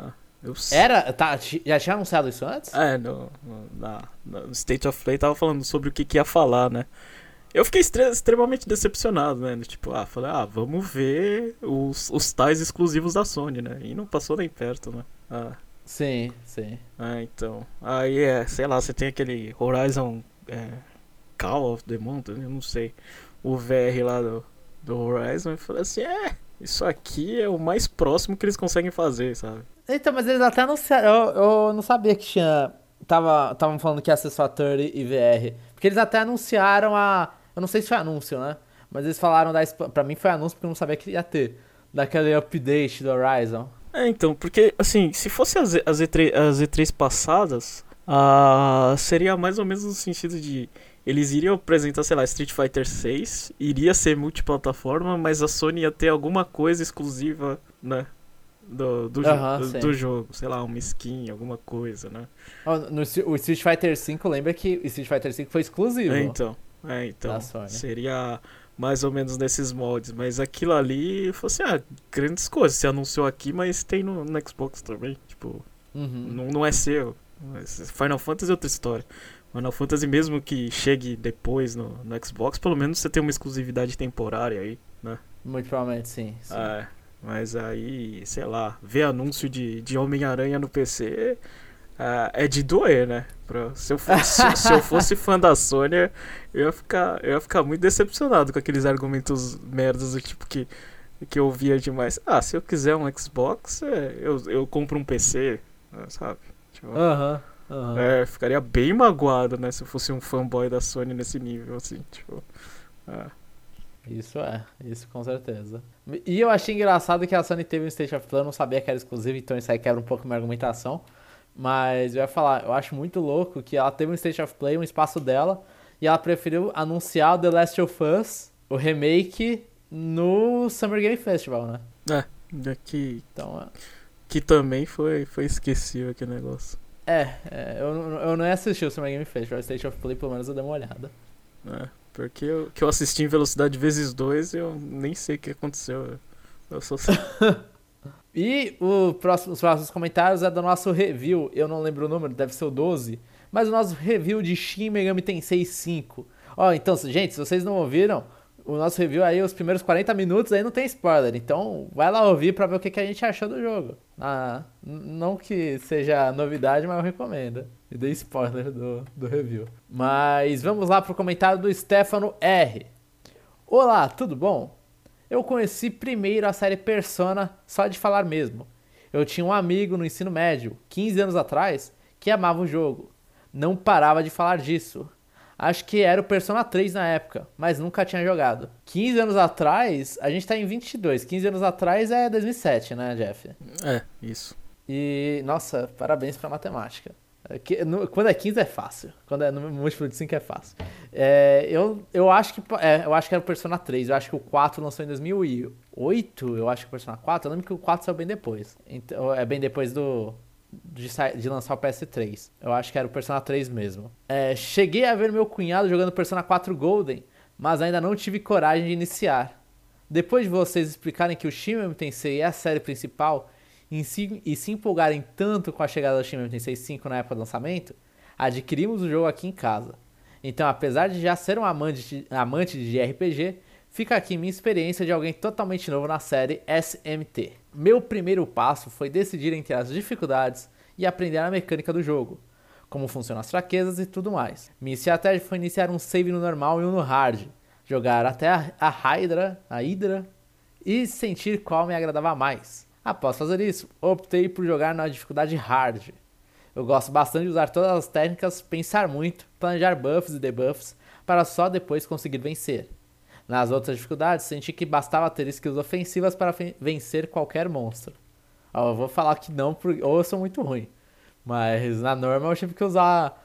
Já tinha anunciado isso antes? No State of Play tava falando sobre o que ia falar, né? Eu fiquei extremamente decepcionado, né? Tipo, falei, vamos ver os tais exclusivos da Sony, né? E não passou nem perto, né? Sim. Então. Aí sei lá, você tem aquele Horizon Call of the Mountain, eu não sei. O VR lá do Horizon, eu falei assim, isso aqui é o mais próximo que eles conseguem fazer, sabe? Então, mas eles até anunciaram. Eu não sabia que tinha. Estavam falando que ia ser só Third e VR. Porque eles até anunciaram eu não sei se foi anúncio, né? Mas eles falaram pra mim foi anúncio porque eu não sabia que ia ter. Daquele update do Horizon. Então, porque, assim, se fosse as E3 passadas, seria mais ou menos no sentido de... Eles iriam apresentar, sei lá, Street Fighter 6, iria ser multiplataforma, mas a Sony ia ter alguma coisa exclusiva, né, do jogo, sei lá, uma skin, alguma coisa, né. O Street Fighter 5, lembra que o Street Fighter 5 foi exclusivo. Então, seria mais ou menos nesses moldes, mas aquilo ali, fosse, grandes coisas, se anunciou aqui, mas tem no Xbox também, tipo, não é seu. Final Fantasy é outra história. Final Fantasy, mesmo que chegue depois no Xbox, pelo menos você tem uma exclusividade temporária aí, né? Muito provavelmente, sim. Mas aí, sei lá, ver anúncio de Homem-Aranha no PC é de doer, né? Se eu fosse fã da Sony, eu ia ficar muito decepcionado com aqueles argumentos merdas do tipo que eu via demais. Se eu quiser um Xbox, eu compro um PC, sabe? Tipo, ficaria bem magoado, né? Se eu fosse um fanboy da Sony nesse nível, assim, tipo... Isso com certeza. E eu achei engraçado que a Sony teve um State of Play, eu não sabia que era exclusivo, então isso aí quebra um pouco minha argumentação. Mas eu ia falar, eu acho muito louco que ela teve um State of Play, um espaço dela, e ela preferiu anunciar o The Last of Us, o remake, no Summer Game Festival, né? Que também foi esquecível aquele negócio. Eu não ia assistir o Summer Game Festival, o State of Play pelo menos eu dei uma olhada. Porque que eu assisti em velocidade vezes 2 eu nem sei o que aconteceu. Eu sou... E os próximos comentários é do nosso review. Eu não lembro o número, deve ser o 12. Mas o nosso review de Shin Megami Tensei 5. Ó, então, gente, se vocês não ouviram, o nosso review aí, os primeiros 40 minutos aí não tem spoiler. Então, vai lá ouvir pra ver o que a gente achou do jogo. Não que seja novidade, mas eu recomendo. E dei spoiler do review. Mas vamos lá pro comentário do Stefano R. Olá, tudo bom? Eu conheci primeiro a série Persona só de falar mesmo. Eu tinha um amigo no ensino médio, 15 anos atrás, que amava o jogo. Não parava de falar disso. Acho que era o Persona 3 na época, mas nunca tinha jogado. 15 anos atrás, a gente tá em 22. 15 anos atrás é 2007, né, Jeff? É, isso. E, nossa, parabéns pra matemática. Quando é 15 é fácil. Quando é no múltiplo de 5 é fácil. Eu acho que era o Persona 3. Eu acho que o 4 lançou em 2008. Eu acho que o Persona 4. Eu lembro que o 4 saiu bem depois. Então, é bem depois de lançar o PS3. Eu acho que era o Persona 3 mesmo. Cheguei a ver meu cunhado jogando Persona 4 Golden, mas ainda não tive coragem de iniciar. Depois de vocês explicarem que o Shin Megami Tensei é a série principal e se empolgarem tanto com a chegada do Shin Megami Tensei 5 na época do lançamento, adquirimos o jogo aqui em casa. Então, apesar de já ser um amante de RPG, fica aqui minha experiência de alguém totalmente novo na série SMT. Meu primeiro passo foi decidir entre as dificuldades e aprender a mecânica do jogo, como funcionam as fraquezas e tudo mais. Minha estratégia foi iniciar um save no normal e um no hard, jogar até a Hydra e sentir qual me agradava mais. Após fazer isso, optei por jogar na dificuldade hard. Eu gosto bastante de usar todas as técnicas, pensar muito, planejar buffs e debuffs para só depois conseguir vencer. Nas outras dificuldades, senti que bastava ter skills ofensivas para vencer qualquer monstro. Eu vou falar que não, ou eu sou muito ruim. Mas na normal eu tive que usar...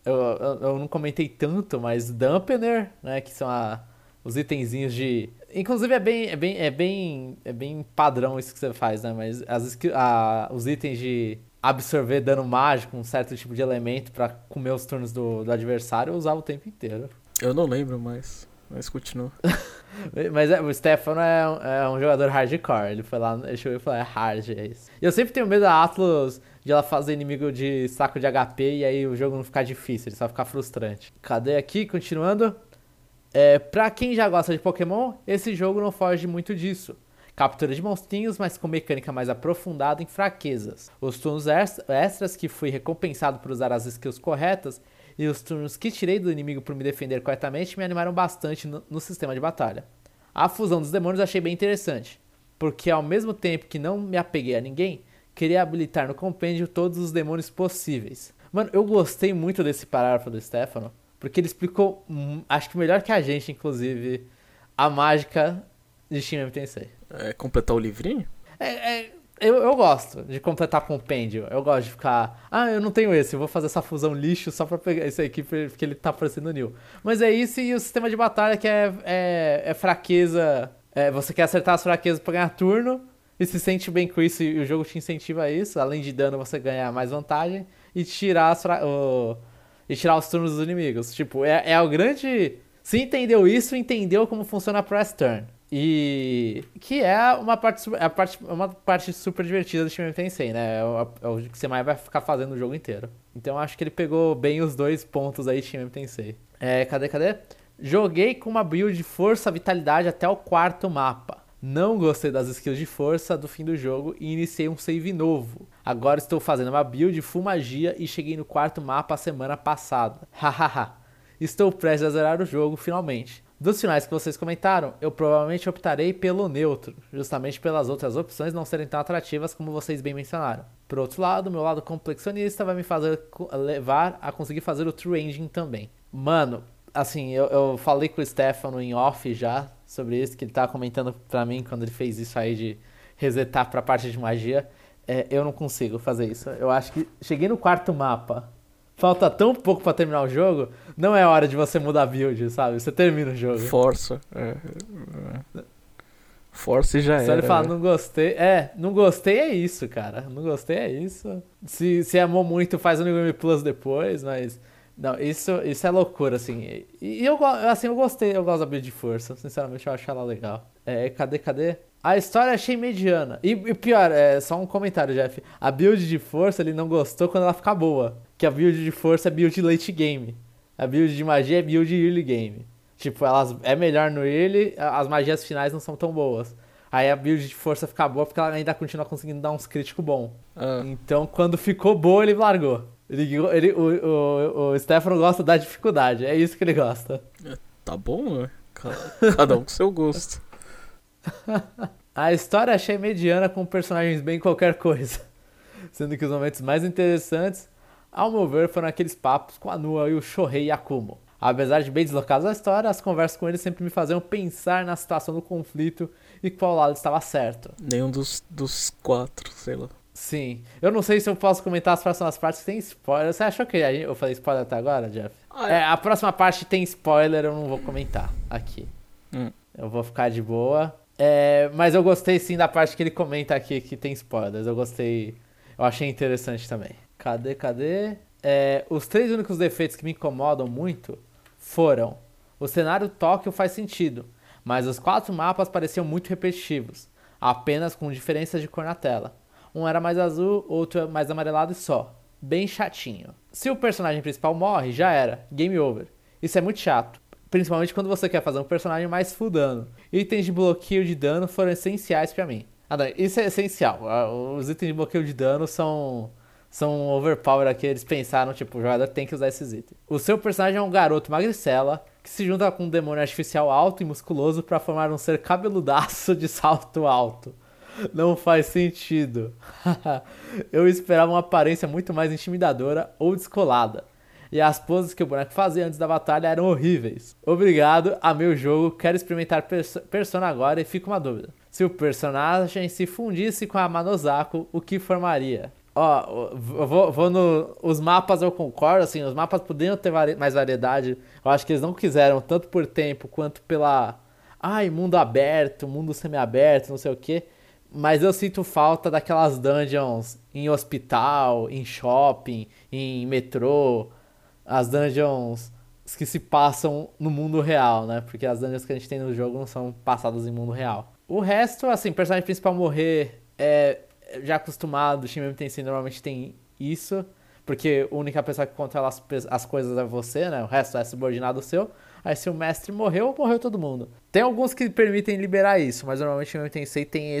Eu não comentei tanto, mas Dampener, né, que são os itenzinhos de... Inclusive é bem padrão isso que você faz, né? Mas os itens de absorver dano mágico, um certo tipo de elemento pra comer os turnos do adversário, eu usava o tempo inteiro. Eu não lembro mais, mas continua. Mas o Stefano é um jogador hardcore. Ele foi lá, ele chegou e falou, é hard, é isso. E eu sempre tenho medo da Atlus de ela fazer inimigo de saco de HP e aí o jogo não ficar difícil, ele só ficar frustrante. Cadê aqui? Continuando. Pra quem já gosta de Pokémon, esse jogo não foge muito disso. Captura de monstrinhos, mas com mecânica mais aprofundada em fraquezas. Os turnos extras que fui recompensado por usar as skills corretas e os turnos que tirei do inimigo por me defender corretamente me animaram bastante no sistema de batalha. A fusão dos demônios achei bem interessante, porque ao mesmo tempo que não me apeguei a ninguém, queria habilitar no compêndio todos os demônios possíveis. Mano, eu gostei muito desse parágrafo do Stefano, porque ele explicou, acho que melhor que a gente, inclusive, a mágica de Shin Megami Tensei. Completar o livrinho? Eu gosto de completar compêndio. Eu gosto de ficar... eu não tenho esse, eu vou fazer essa fusão lixo só pra pegar esse aqui, porque ele tá parecendo new. Mas é isso, e o sistema de batalha que é fraqueza... você quer acertar as fraquezas pra ganhar turno, e se sente bem com isso, e o jogo te incentiva a isso. Além de dano, você ganha mais vantagem, e tirar os turnos dos inimigos. Tipo, é o grande... Se entendeu isso, entendeu como funciona a Press Turn. E que é uma parte super divertida do Shin Megami Tensei, né? É o que você mais vai ficar fazendo o jogo inteiro. Então acho que ele pegou bem os dois pontos aí de Shin Megami Tensei. Cadê? Joguei com uma build de força e vitalidade até o 4º mapa. Não gostei das skills de força do fim do jogo e iniciei um save novo. Agora estou fazendo uma build de full magia e cheguei no 4º mapa a semana passada. Hahaha. Estou prestes a zerar o jogo finalmente. Dos finais que vocês comentaram, eu provavelmente optarei pelo neutro, justamente pelas outras opções não serem tão atrativas como vocês bem mencionaram. Por outro lado, meu lado complexionista vai me fazer levar a conseguir fazer o True Engine também. Mano, assim, eu falei com o Stefano em off já sobre isso, que ele tava comentando pra mim quando ele fez isso aí de resetar pra parte de magia. Eu não consigo fazer isso. Eu acho que cheguei no 4º mapa. Falta tão pouco pra terminar o jogo, não é hora de você mudar a build, sabe? Você termina o jogo. Força. Força e já era. Só ele fala, não gostei. Não gostei é isso, cara. Não gostei é isso. Se amou muito, faz o New Game Plus depois, mas Não, isso é loucura, assim. E eu gostei, eu gosto da build de força. Sinceramente, eu acho ela legal. Cadê? A história eu achei mediana. E pior, só um comentário, Jeff. A build de força ele não gostou quando ela ficar boa. Que a build de força é build late game. A build de magia é build early game. Tipo, elas é melhor no early, as magias finais não são tão boas. Aí a build de força fica boa porque ela ainda continua conseguindo dar uns críticos bons. Então, quando ficou boa, ele largou. O Stefano gosta da dificuldade, é isso que ele gosta. Tá bom, né? Cada um com seu gosto. A história achei mediana com personagens bem qualquer coisa. Sendo que os momentos mais interessantes, ao meu ver, foram aqueles papos com a Nua e o Shohei Yakumo. Apesar de bem deslocados da história, as conversas com eles sempre me faziam pensar na situação do conflito e qual lado estava certo. Nenhum dos quatro, sei lá. Sim. Eu não sei se eu posso comentar as próximas partes que tem spoiler. Você achou que eu falei spoiler até agora, Jeff? A próxima parte tem spoiler, eu não vou comentar aqui. Eu vou ficar de boa. Mas eu gostei sim da parte que ele comenta aqui que tem spoilers. Eu gostei. Eu achei interessante também. Cadê? Os 3 únicos defeitos que me incomodam muito foram: o cenário Tóquio faz sentido, mas os 4 mapas pareciam muito repetitivos, apenas com diferenças de cor na tela. Um era mais azul, outro mais amarelado e só. Bem chatinho. Se o personagem principal morre, já era. Game over. Isso é muito chato. Principalmente quando você quer fazer um personagem mais full dano. Itens de bloqueio de dano foram essenciais pra mim. Não, isso é essencial. Os itens de bloqueio de dano são overpower aqui. Eles pensaram, tipo, o jogador tem que usar esses itens. O seu personagem é um garoto magricela que se junta com um demônio artificial alto e musculoso pra formar um ser cabeludaço de salto alto. Não faz sentido. Eu esperava uma aparência muito mais intimidadora ou descolada. E as poses que o boneco fazia antes da batalha eram horríveis. Obrigado, amei o jogo, quero experimentar Persona agora e fica uma dúvida. Se o personagem se fundisse com a Manosako, o que formaria? Os mapas eu concordo, assim, os mapas poderiam ter mais variedade. Eu acho que eles não quiseram, tanto por tempo quanto pela... mundo aberto, mundo semi-aberto, não sei o quê. Mas eu sinto falta daquelas dungeons em hospital, em shopping, em metrô. As dungeons que se passam no mundo real, né? Porque as dungeons que a gente tem no jogo não são passadas em mundo real. O resto, assim, personagem principal morrer já acostumado, o Shin Megami Tensei normalmente tem isso, porque a única pessoa que controla as coisas é você, né? O resto é subordinado seu. Aí se o mestre morreu todo mundo. Tem alguns que permitem liberar isso, mas normalmente o Shin Megami Tensei tem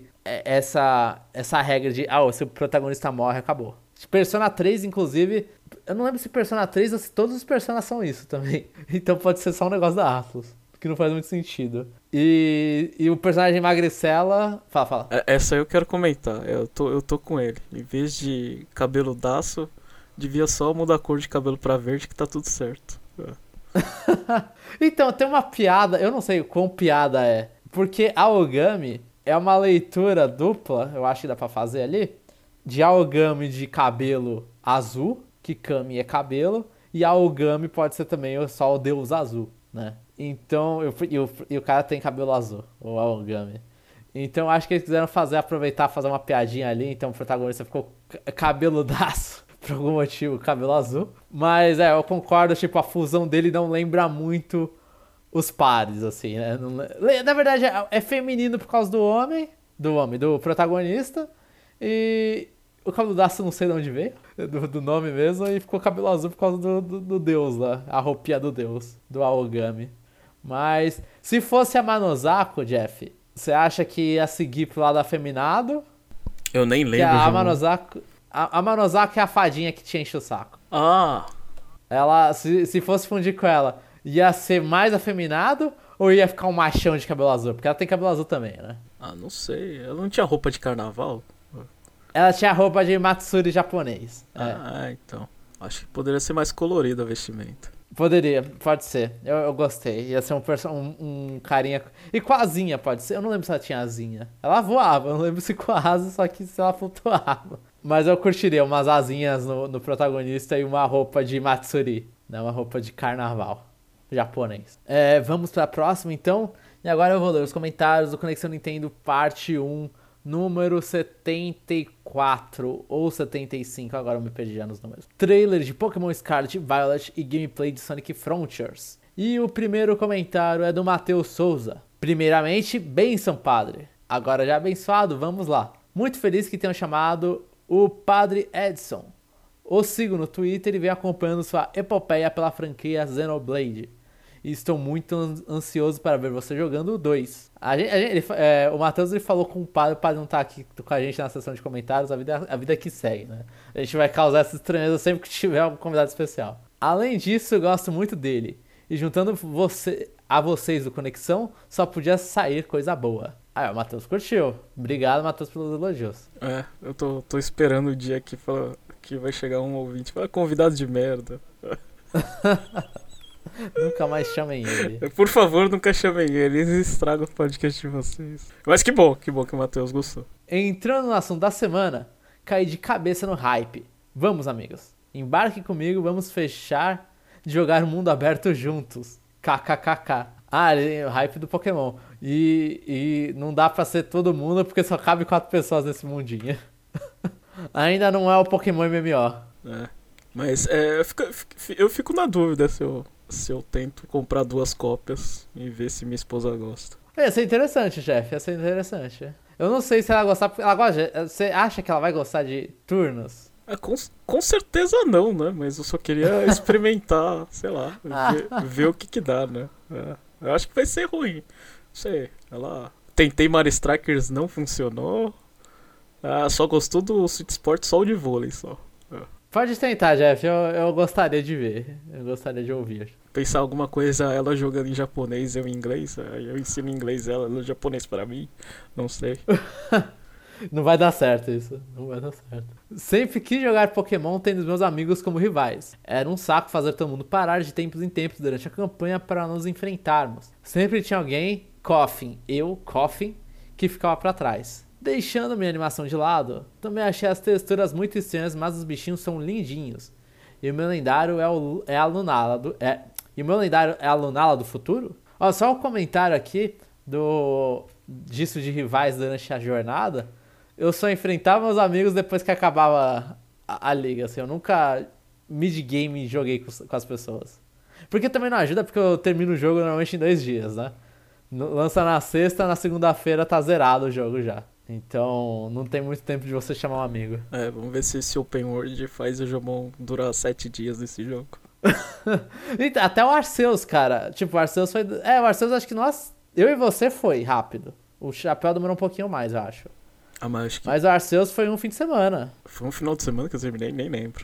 essa regra de, se o protagonista morre, acabou. Persona 3, inclusive, eu não lembro se Persona 3 ou se todos os Personas são isso também. Então pode ser só um negócio da Atlus, que não faz muito sentido. E o personagem magricela... Fala. Essa eu quero comentar, eu tô com ele. Em vez de cabeludaço, devia só mudar a cor de cabelo pra verde que tá tudo certo. Então, tem uma piada, eu não sei o quão piada é, porque Aogami é uma leitura dupla, eu acho que dá pra fazer ali, de Aogami de cabelo azul, que Kami é cabelo, e Aogami pode ser também só o deus azul, né? Então, e o cara tem cabelo azul, o Aogami. Então, acho que eles quiseram aproveitar, fazer uma piadinha ali, então o protagonista ficou cabeludaço, por algum motivo, cabelo azul. Mas, eu concordo, tipo, a fusão dele não lembra muito os pares, assim, né? Na verdade, é feminino por causa do protagonista, e o cabeludaço não sei de onde veio, do nome mesmo, e ficou cabelo azul por causa do deus lá, a roupinha do deus, do Aogami. Mas, se fosse a Manosako, Jeff, você acha que ia seguir pro lado afeminado? Eu nem lembro. A Manosako é a fadinha que te enche o saco. Ela, se fosse fundir com ela, ia ser mais afeminado ou ia ficar um machão de cabelo azul? Porque ela tem cabelo azul também, né? Não sei. Ela não tinha roupa de carnaval? Ela tinha roupa de Matsuri japonês. Então. Acho que poderia ser mais colorida a vestimenta. Pode ser. Eu gostei. Ia ser um carinha. E com a asinha, pode ser. Eu não lembro se ela tinha asinha. Ela voava, eu não lembro se com a asa, só que se ela flutuava. Mas eu curtiria umas asinhas no protagonista e uma roupa de Matsuri, né? Uma roupa de carnaval japonês. Vamos pra próxima, então. E agora eu vou ler os comentários do Conexão Nintendo parte 1 número 74 ou 75, agora eu me perdi já nos números. Trailer de Pokémon Scarlet e Violet e gameplay de Sonic Frontiers. E o primeiro comentário é do Matheus Souza. Primeiramente, bênção, padre. Agora já abençoado, vamos lá. Muito feliz que tenham chamado o Padre Edson. O sigo no Twitter e venho acompanhando sua epopeia pela franquia Xenoblade. E estou muito ansioso para ver você jogando o 2. O Matheus falou com o padre não estar aqui com a gente na sessão de comentários, a vida que segue, né? A gente vai causar essa estranheza sempre que tiver algum convidado especial. Além disso, eu gosto muito dele. E juntando vocês do Conexão, só podia sair coisa boa. O Matheus curtiu. Obrigado, Matheus, pelos elogios. Eu tô esperando o dia que vai chegar um ouvinte e falar convidado de merda. Nunca mais chamem ele. Por favor, nunca chamem ele. Eles estragam o podcast de vocês. Mas que bom que o Matheus gostou. Entrando no assunto da semana, caí de cabeça no hype. Vamos, amigos. Embarque comigo, vamos fechar de jogar o mundo aberto juntos. KKKK. O hype do Pokémon. E não dá pra ser todo mundo porque só cabe 4 pessoas nesse mundinho. Ainda não é o Pokémon MMO. Mas eu fico na dúvida se eu tento comprar 2 cópias e ver se minha esposa gosta. Ia ser interessante, Jeff. Ia ser interessante. Eu não sei se ela gostar, porque ela gosta. Você acha que ela vai gostar de turnos? Com certeza não, né? Mas eu só queria experimentar, sei lá, ver o que dá, né? Eu acho que vai ser ruim. Não sei. Tentei Mario Strikers, não funcionou. Só gostou do Sweet Sport, só o de vôlei, só. Pode tentar, Jeff. Eu gostaria de ver. Eu gostaria de ouvir. Pensar alguma coisa, ela jogando em japonês, eu em inglês. Eu ensino inglês, ela no japonês pra mim. Não sei. Não vai dar certo isso. Não vai dar certo. Sempre quis jogar Pokémon tendo os meus amigos como rivais. Era um saco fazer todo mundo parar de tempos em tempos durante a campanha para nos enfrentarmos. Sempre tinha alguém, Coffin, que ficava pra trás. Deixando minha animação de lado, também achei as texturas muito estranhas, mas os bichinhos são lindinhos. E o meu lendário é a Lunala do futuro? Ó, só um comentário aqui disso de rivais durante a jornada. Eu só enfrentava meus amigos depois que acabava a liga, assim. Eu nunca mid-game joguei com as pessoas. Porque também não ajuda, porque eu termino o jogo normalmente em 2 dias, né? Lança na sexta, na segunda-feira tá zerado o jogo já. Então, não tem muito tempo de você chamar um amigo. Vamos ver se esse Open World faz o Jomon durar 7 dias nesse jogo. Até o Arceus, cara. Tipo, o Arceus foi... o Arceus acho que eu e você foi rápido. O Chapéu demorou um pouquinho mais, eu acho. Mas o Arceus foi um fim de semana. Foi um final de semana que eu terminei, nem lembro.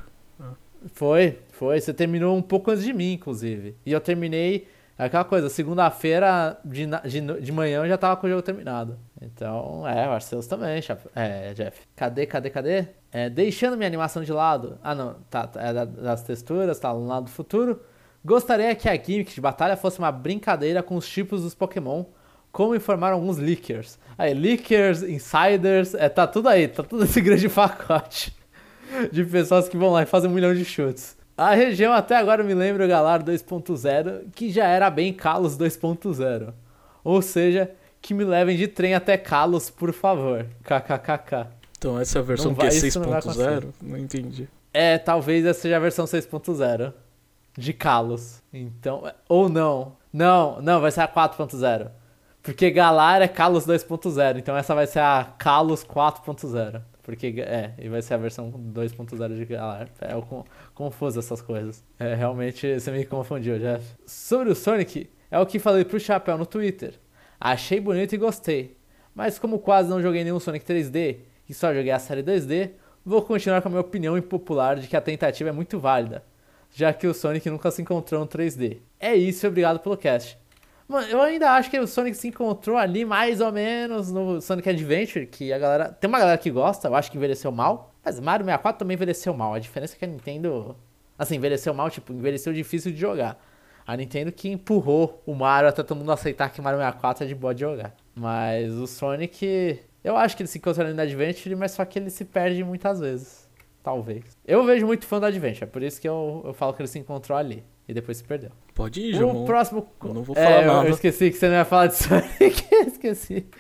Foi. Você terminou um pouco antes de mim, inclusive. E eu terminei... Aquela coisa, segunda-feira de manhã eu já tava com o jogo terminado. Então, o Arceus também, Jeff. Cadê? Deixando minha animação de lado. Não, tá, das texturas, tá no lado do futuro. Gostaria que a gimmick de batalha fosse uma brincadeira com os tipos dos Pokémon, como informaram alguns leakers. Leakers, insiders, tá tudo aí, tá tudo esse grande pacote de pessoas que vão lá e fazem 1 milhão de chutes. A região até agora me lembra o Galar 2.0, que já era bem Kalos 2.0. Ou seja, que me levem de trem até Kalos, por favor. KKKK. Então essa é a versão que é 6.0? Não entendi. Talvez essa seja a versão 6.0 de Kalos. Então, ou não. Não, vai ser a 4.0. Porque Galar é Kalos 2.0, então essa vai ser a Kalos 4.0. Porque, e vai ser a versão 2.0 de Galar. Confuso essas coisas. Realmente, você me confundiu, Jeff. Sobre o Sonic, é o que falei pro Chapéu no Twitter. Achei bonito e gostei. Mas como quase não joguei nenhum Sonic 3D, e só joguei a série 2D, vou continuar com a minha opinião impopular de que a tentativa é muito válida, já que o Sonic nunca se encontrou no 3D. É isso e obrigado pelo cast. Mano, eu ainda acho que o Sonic se encontrou ali mais ou menos no Sonic Adventure, que a galera... Tem uma galera que gosta, eu acho que envelheceu mal, mas Mario 64 também envelheceu mal. A diferença é que a Nintendo... Assim, envelheceu mal, tipo, envelheceu difícil de jogar. A Nintendo que empurrou o Mario até todo mundo aceitar que Mario 64 é de boa de jogar. Mas o Sonic... Eu acho que ele se encontrou ali no Adventure, mas só que ele se perde muitas vezes. Talvez. Eu vejo muito fã do Adventure, é por isso que eu falo que ele se encontrou ali. E depois se perdeu. Pode ir, João. O próximo... Eu não vou falar nada. Eu esqueci que você não ia falar de Sonic. Esqueci.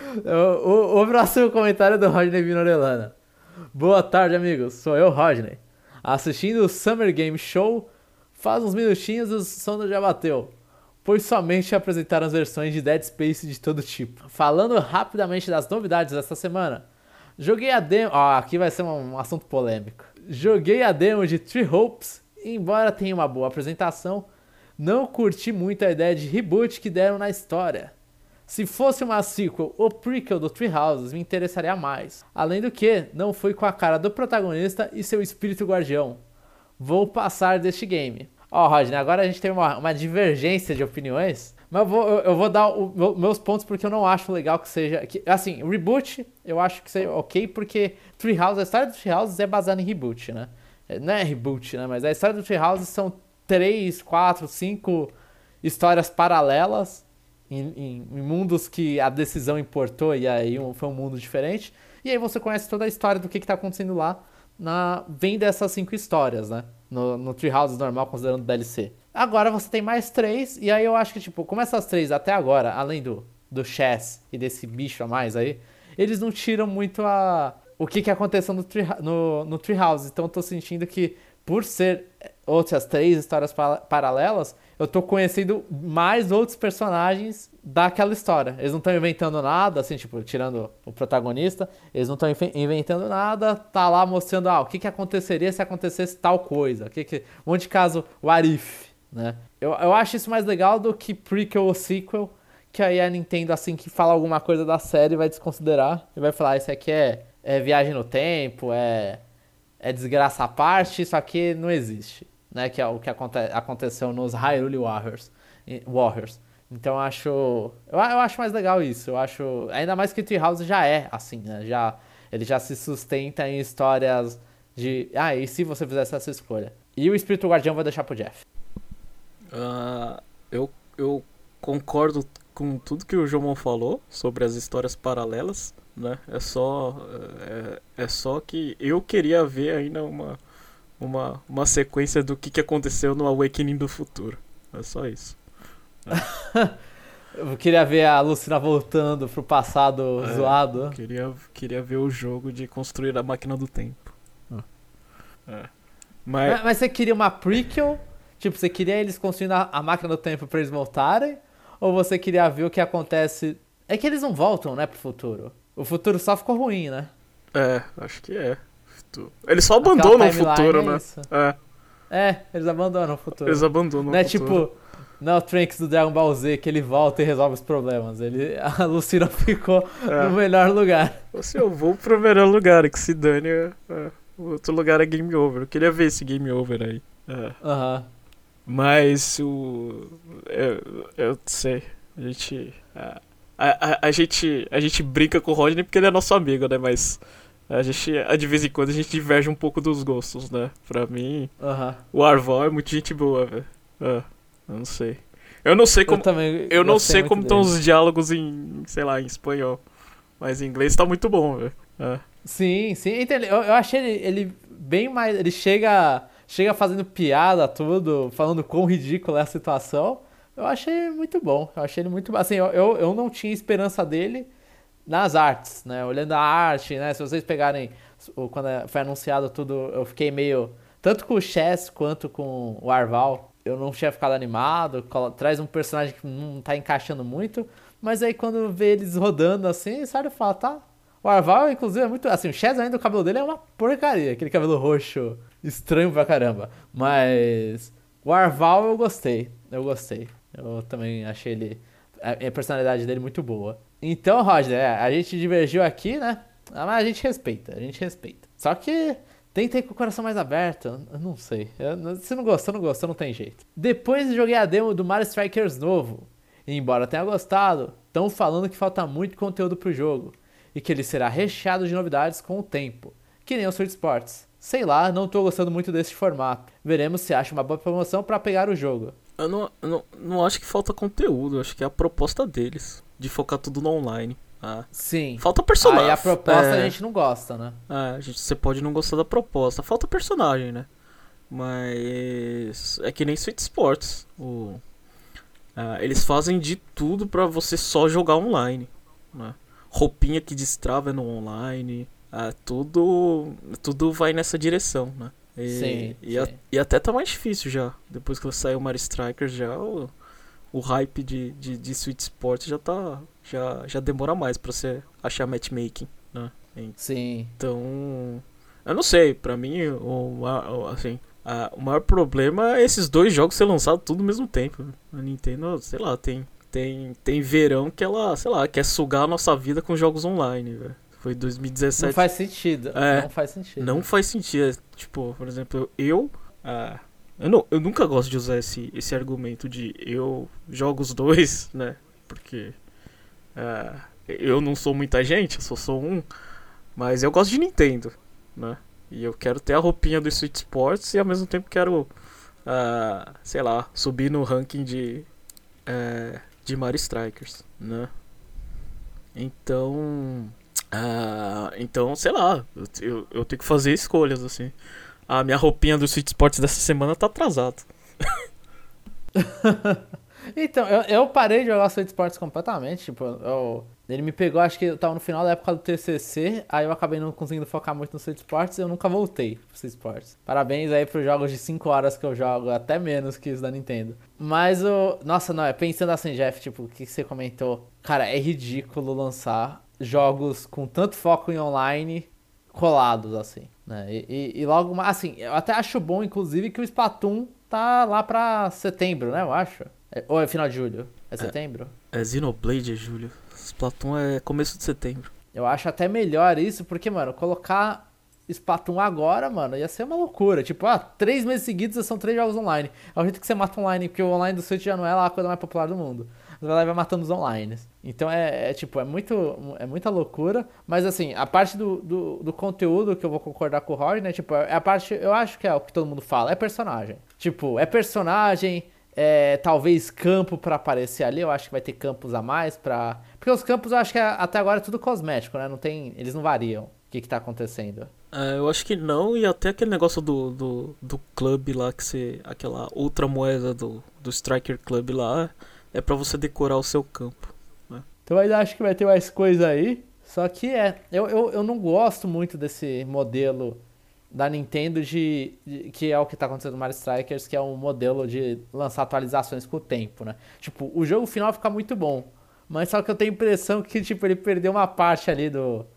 O próximo comentário é do Rodney Vinorelana. Boa tarde, amigos. Sou eu, Rodney. Assistindo o Summer Game Show, faz uns minutinhos e o sono já bateu, pois somente apresentaram as versões de Dead Space de todo tipo. Falando rapidamente das novidades desta semana, joguei a demo... aqui vai ser um assunto polêmico. Joguei a demo de Three Hopes, e embora tenha uma boa apresentação, não curti muito a ideia de reboot que deram na história. Se fosse uma sequel ou prequel do Three Houses, me interessaria mais. Além do que, não foi com a cara do protagonista e seu espírito guardião. Vou passar deste game. Rodney, agora a gente tem uma divergência de opiniões, mas eu vou dar meus pontos porque eu não acho legal que seja... assim, reboot eu acho que seja ok, porque a história do Three Houses é baseada em reboot, né? Não é reboot, né? Mas a história do Three Houses são 3, 4, 5 histórias paralelas em mundos que a decisão importou e aí foi um mundo diferente. E aí você conhece toda a história do que tá acontecendo lá. Vem dessas 5 histórias, né? No Three Houses normal, considerando DLC. Agora você tem mais 3, e aí eu acho que, tipo, como essas 3 até agora, além do Chess e desse bicho a mais aí, eles não tiram muito o que aconteceu no Three Houses. Então eu tô sentindo que, por ser outras 3 histórias paralelas, eu tô conhecendo mais outros personagens daquela história. Eles não estão inventando nada, assim, tipo, tirando o protagonista, eles não estão inventando nada, tá lá mostrando, o que aconteceria se acontecesse tal coisa, um monte de caso, what if, né? Eu acho isso mais legal do que prequel ou sequel, que aí a Nintendo, assim, que fala alguma coisa da série, vai desconsiderar e vai falar, isso aqui é viagem no tempo, é desgraça à parte, isso aqui não existe, né? Que é o que aconteceu nos Hyrule Warriors. Então eu acho mais legal isso. Eu acho, ainda mais que o Three Houses já é assim, né? Ele já se sustenta em histórias de... e se você fizesse essa escolha? E o Espírito Guardião vou deixar pro Jeff. Eu concordo com tudo que o Jomon falou sobre as histórias paralelas, né? É só que eu queria ver ainda uma sequência do que aconteceu no Awakening do futuro. É só isso. Eu queria ver a Lucina voltando pro passado zoado. Queria ver o jogo de construir a máquina do tempo. Mas você queria uma prequel? Tipo, você queria eles construindo a máquina do tempo pra eles voltarem? Ou você queria ver o que acontece... É que eles não voltam, né, pro futuro. O futuro só ficou ruim, né? Acho que é. Eles só abandonam o futuro, né? Eles abandonam o futuro. Eles abandonam não o é futuro. Tipo, não é o Trunks do Dragon Ball Z que ele volta e resolve os problemas. A Lucina ficou no melhor lugar. Eu vou pro melhor lugar, que se dane. O outro lugar é Game Over. Eu queria ver esse Game Over aí. Mas eu sei. A gente brinca com o Rodney porque ele é nosso amigo, né? Mas de vez em quando a gente diverge um pouco dos gostos, né? Pra mim, o Arval é muito gente boa, velho. Eu não sei. Eu não sei como estão os diálogos em espanhol. Mas em inglês tá muito bom, velho. Sim. Eu achei ele bem mais... Ele chega fazendo piada, tudo, falando quão ridícula é a situação. Eu achei muito bom. Eu achei ele muito bom. Assim, eu não tinha esperança dele nas artes, né? Olhando a arte, né? Se vocês pegarem... Quando foi anunciado tudo, eu fiquei meio... Tanto com o Chess quanto com o Arval, eu não tinha ficado animado. Traz um personagem que não tá encaixando muito. Mas aí quando vê eles rodando assim, sabe, fala, tá... O Arval, inclusive, é muito... Assim, o Chess ainda, o cabelo dele é uma porcaria. Aquele cabelo roxo estranho pra caramba. Mas... O Arval eu gostei. Eu também achei a personalidade dele muito boa. Então, Roger, a gente divergiu aqui, né? Mas a gente respeita. Só que tem que ter com o coração mais aberto. Eu não sei. Se não gostou, não tem jeito. Depois joguei a demo do Mario Strikers novo. E embora tenha gostado, estão falando que falta muito conteúdo pro jogo. E que ele será recheado de novidades com o tempo. Que nem o Switch Sports. Sei lá, não tô gostando muito desse formato. Veremos se acha uma boa promoção pra pegar o jogo. Eu não acho que falta conteúdo, acho que é a proposta deles, de focar tudo no online. Sim. Falta personagem. Aí a proposta a gente não gosta, né? Você pode não gostar da proposta, falta personagem, né? Mas é que nem Switch Sports. Eles fazem de tudo pra você só jogar online, né? roupinha que destrava no online. Tudo vai nessa direção, né? Sim, sim. E até tá mais difícil já. Depois que saiu o Mario Strikers, já o hype de Switch Sports já demora mais pra você achar matchmaking, né? Sim. Então, eu não sei, pra mim, assim, o maior problema é esses dois jogos ser lançados tudo ao mesmo tempo. A Nintendo, sei lá, tem verão que ela, sei lá, quer sugar a nossa vida com jogos online, velho. Foi 2017. Não faz sentido. Não faz sentido. Não faz sentido. Tipo, por exemplo, eu nunca gosto de usar esse argumento de eu jogo os dois, né? Porque eu não sou muita gente, eu só sou um. Mas eu gosto de Nintendo, né? E eu quero ter a roupinha do Switch Sports e ao mesmo tempo quero, sei lá, subir no ranking de Mario Strikers, né? Então, sei lá, eu tenho que fazer escolhas, assim. A minha roupinha do Switch Sports dessa semana tá atrasada. Então, eu parei de jogar Switch Sports completamente. Tipo, ele me pegou, acho que eu tava no final da época do TCC. Aí eu acabei não conseguindo focar muito no Switch Sports e eu nunca voltei pro Switch Sports. Parabéns aí pros jogos de 5 horas que eu jogo, até menos que os da Nintendo. Mas nossa, não, pensando assim, Jeff, tipo, o que você comentou? Cara, é ridículo lançar jogos com tanto foco em online colados, assim, né? E logo, assim, eu até acho bom, inclusive, que o Splatoon tá lá pra setembro, né, eu acho. Ou é final de julho? É setembro? É Xenoblade, é julho. Splatoon é começo de setembro. Eu acho até melhor isso, porque, mano, colocar Splatoon agora, mano, ia ser uma loucura. Tipo, 3 meses seguidos são 3 jogos online. É o jeito que você mata online, porque o online do Switch já não é lá a coisa mais popular do mundo. Você vai matando os online. Então tipo, é muita loucura. Mas assim, a parte do conteúdo que eu vou concordar com o Rory, né? Tipo, é a parte, eu acho que é o que todo mundo fala, é personagem. Tipo, é personagem, talvez campo pra aparecer ali. Eu acho que vai ter campos a mais pra... Porque os campos eu acho que até agora é tudo cosmético, né? Eles não variam o que tá acontecendo. Eu acho que não, e até aquele negócio do clube lá, aquela outra moeda do Striker Club lá, é pra você decorar o seu campo, né? Então eu ainda acho que vai ter mais coisa aí. Só que eu não gosto muito desse modelo da Nintendo que é o que tá acontecendo no Mario Strikers, que é um modelo de lançar atualizações com o tempo, né? Tipo, o jogo final fica muito bom, mas só que eu tenho a impressão que, tipo, ele perdeu uma parte ali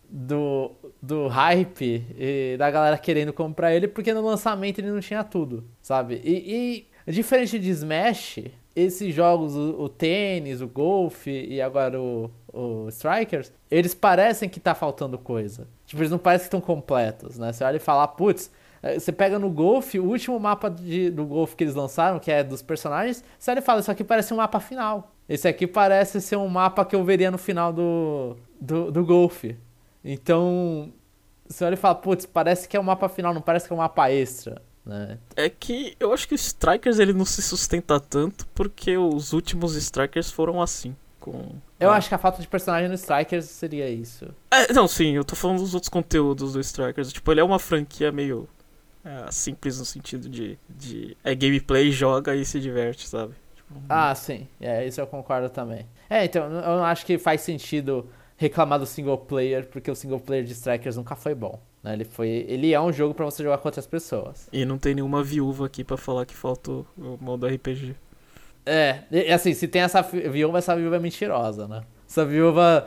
do hype e da galera querendo comprar ele, porque no lançamento ele não tinha tudo, sabe? E diferente de Smash, esses jogos, o tênis, o golfe e agora o Strikers, eles parecem que tá faltando coisa. Tipo, eles não parecem que estão completos, né? Você olha e fala, putz, você pega no golfe, o último mapa do golfe que eles lançaram, que é dos personagens, você olha e fala, isso aqui parece um mapa final. Esse aqui parece ser um mapa que eu veria no final do golfe. Então, você olha e fala, putz, parece que é um mapa final, não parece que é um mapa extra. Né? É que eu acho que o Strikers ele não se sustenta tanto porque os últimos Strikers foram assim. Eu acho que a falta de personagem no Strikers seria isso. Não, sim, eu tô falando dos outros conteúdos do Strikers. Tipo, ele é uma franquia meio simples no sentido de gameplay, joga e se diverte, sabe? Tipo, sim, isso eu concordo também. Então, eu não acho que faz sentido reclamar do single player, porque o single player de Strikers nunca foi bom. Né? Ele é um jogo pra você jogar com outras pessoas. E não tem nenhuma viúva aqui pra falar que falta o modo RPG. Assim, se tem essa viúva é mentirosa, né? Essa viúva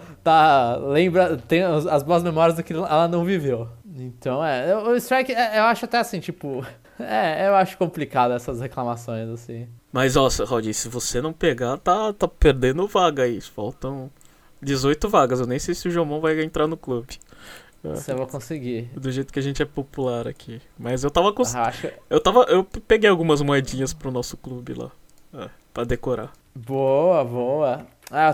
tem as boas memórias do que ela não viveu. Então, o Strike, eu acho até assim, tipo... eu acho complicado essas reclamações, assim. Mas, Rod, se você não pegar, tá perdendo vaga aí. Faltam 18 vagas, eu nem sei se o Jomon vai entrar no clube. Você vai conseguir. Do jeito que a gente é popular aqui. Mas eu tava acho... Eu peguei algumas moedinhas pro nosso clube lá. Pra decorar. Boa.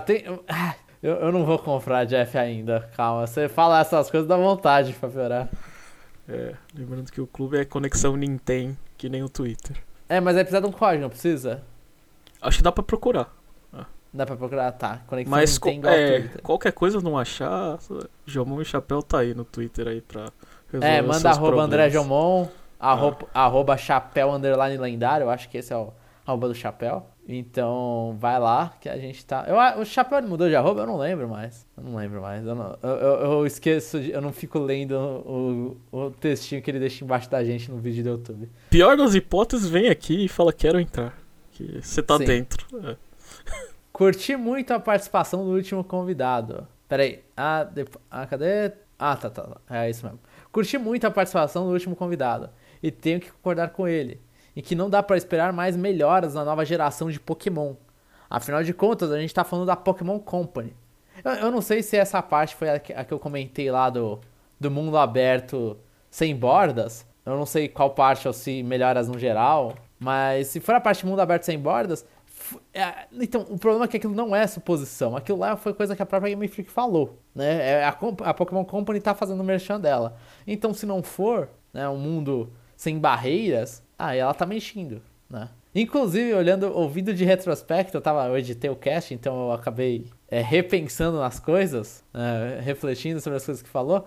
Eu não vou comprar, Jeff, ainda. Calma, você fala essas coisas dá vontade pra piorar. Lembrando que o clube é conexão Nintendo, que nem o Twitter. Mas aí precisa de um código, não precisa? Acho que dá pra procurar. Dá pra procurar, tá. Conexão mas Nintendo qualquer coisa não achar, Jomon e Chapéu tá aí no Twitter aí pra resolver manda arroba André Jomon, Ah. arroba Chapéu _ lendário, eu acho que esse é o arroba do Chapéu. Então, vai lá que a gente tá. O Chapéu mudou de arroba? Eu não lembro mais. Eu esqueço, eu não fico lendo o textinho que ele deixa embaixo da gente no vídeo do YouTube. Pior das hipóteses, vem aqui e fala quero entrar. Que você tá Sim. dentro. Curti muito a participação do último convidado. Peraí. Cadê? Tá. É isso mesmo. Curti muito a participação do último convidado. E tenho que concordar com ele. E que não dá pra esperar mais melhoras na nova geração de Pokémon. Afinal de contas, a gente tá falando da Pokémon Company. Eu não sei se essa parte foi a que eu comentei lá do mundo aberto sem bordas. Eu não sei qual parte ou se melhoras no geral. Mas se for a parte de mundo aberto sem bordas... Então, o problema é que aquilo não é suposição. Aquilo lá foi coisa que a própria Game Freak falou, né? A Pokémon Company tá fazendo o merchan dela. Então, se não for, né, um mundo sem barreiras, ela tá mexendo, né? Inclusive, ouvindo de retrospecto, eu editei o cast, então eu acabei repensando nas coisas, refletindo sobre as coisas que falou.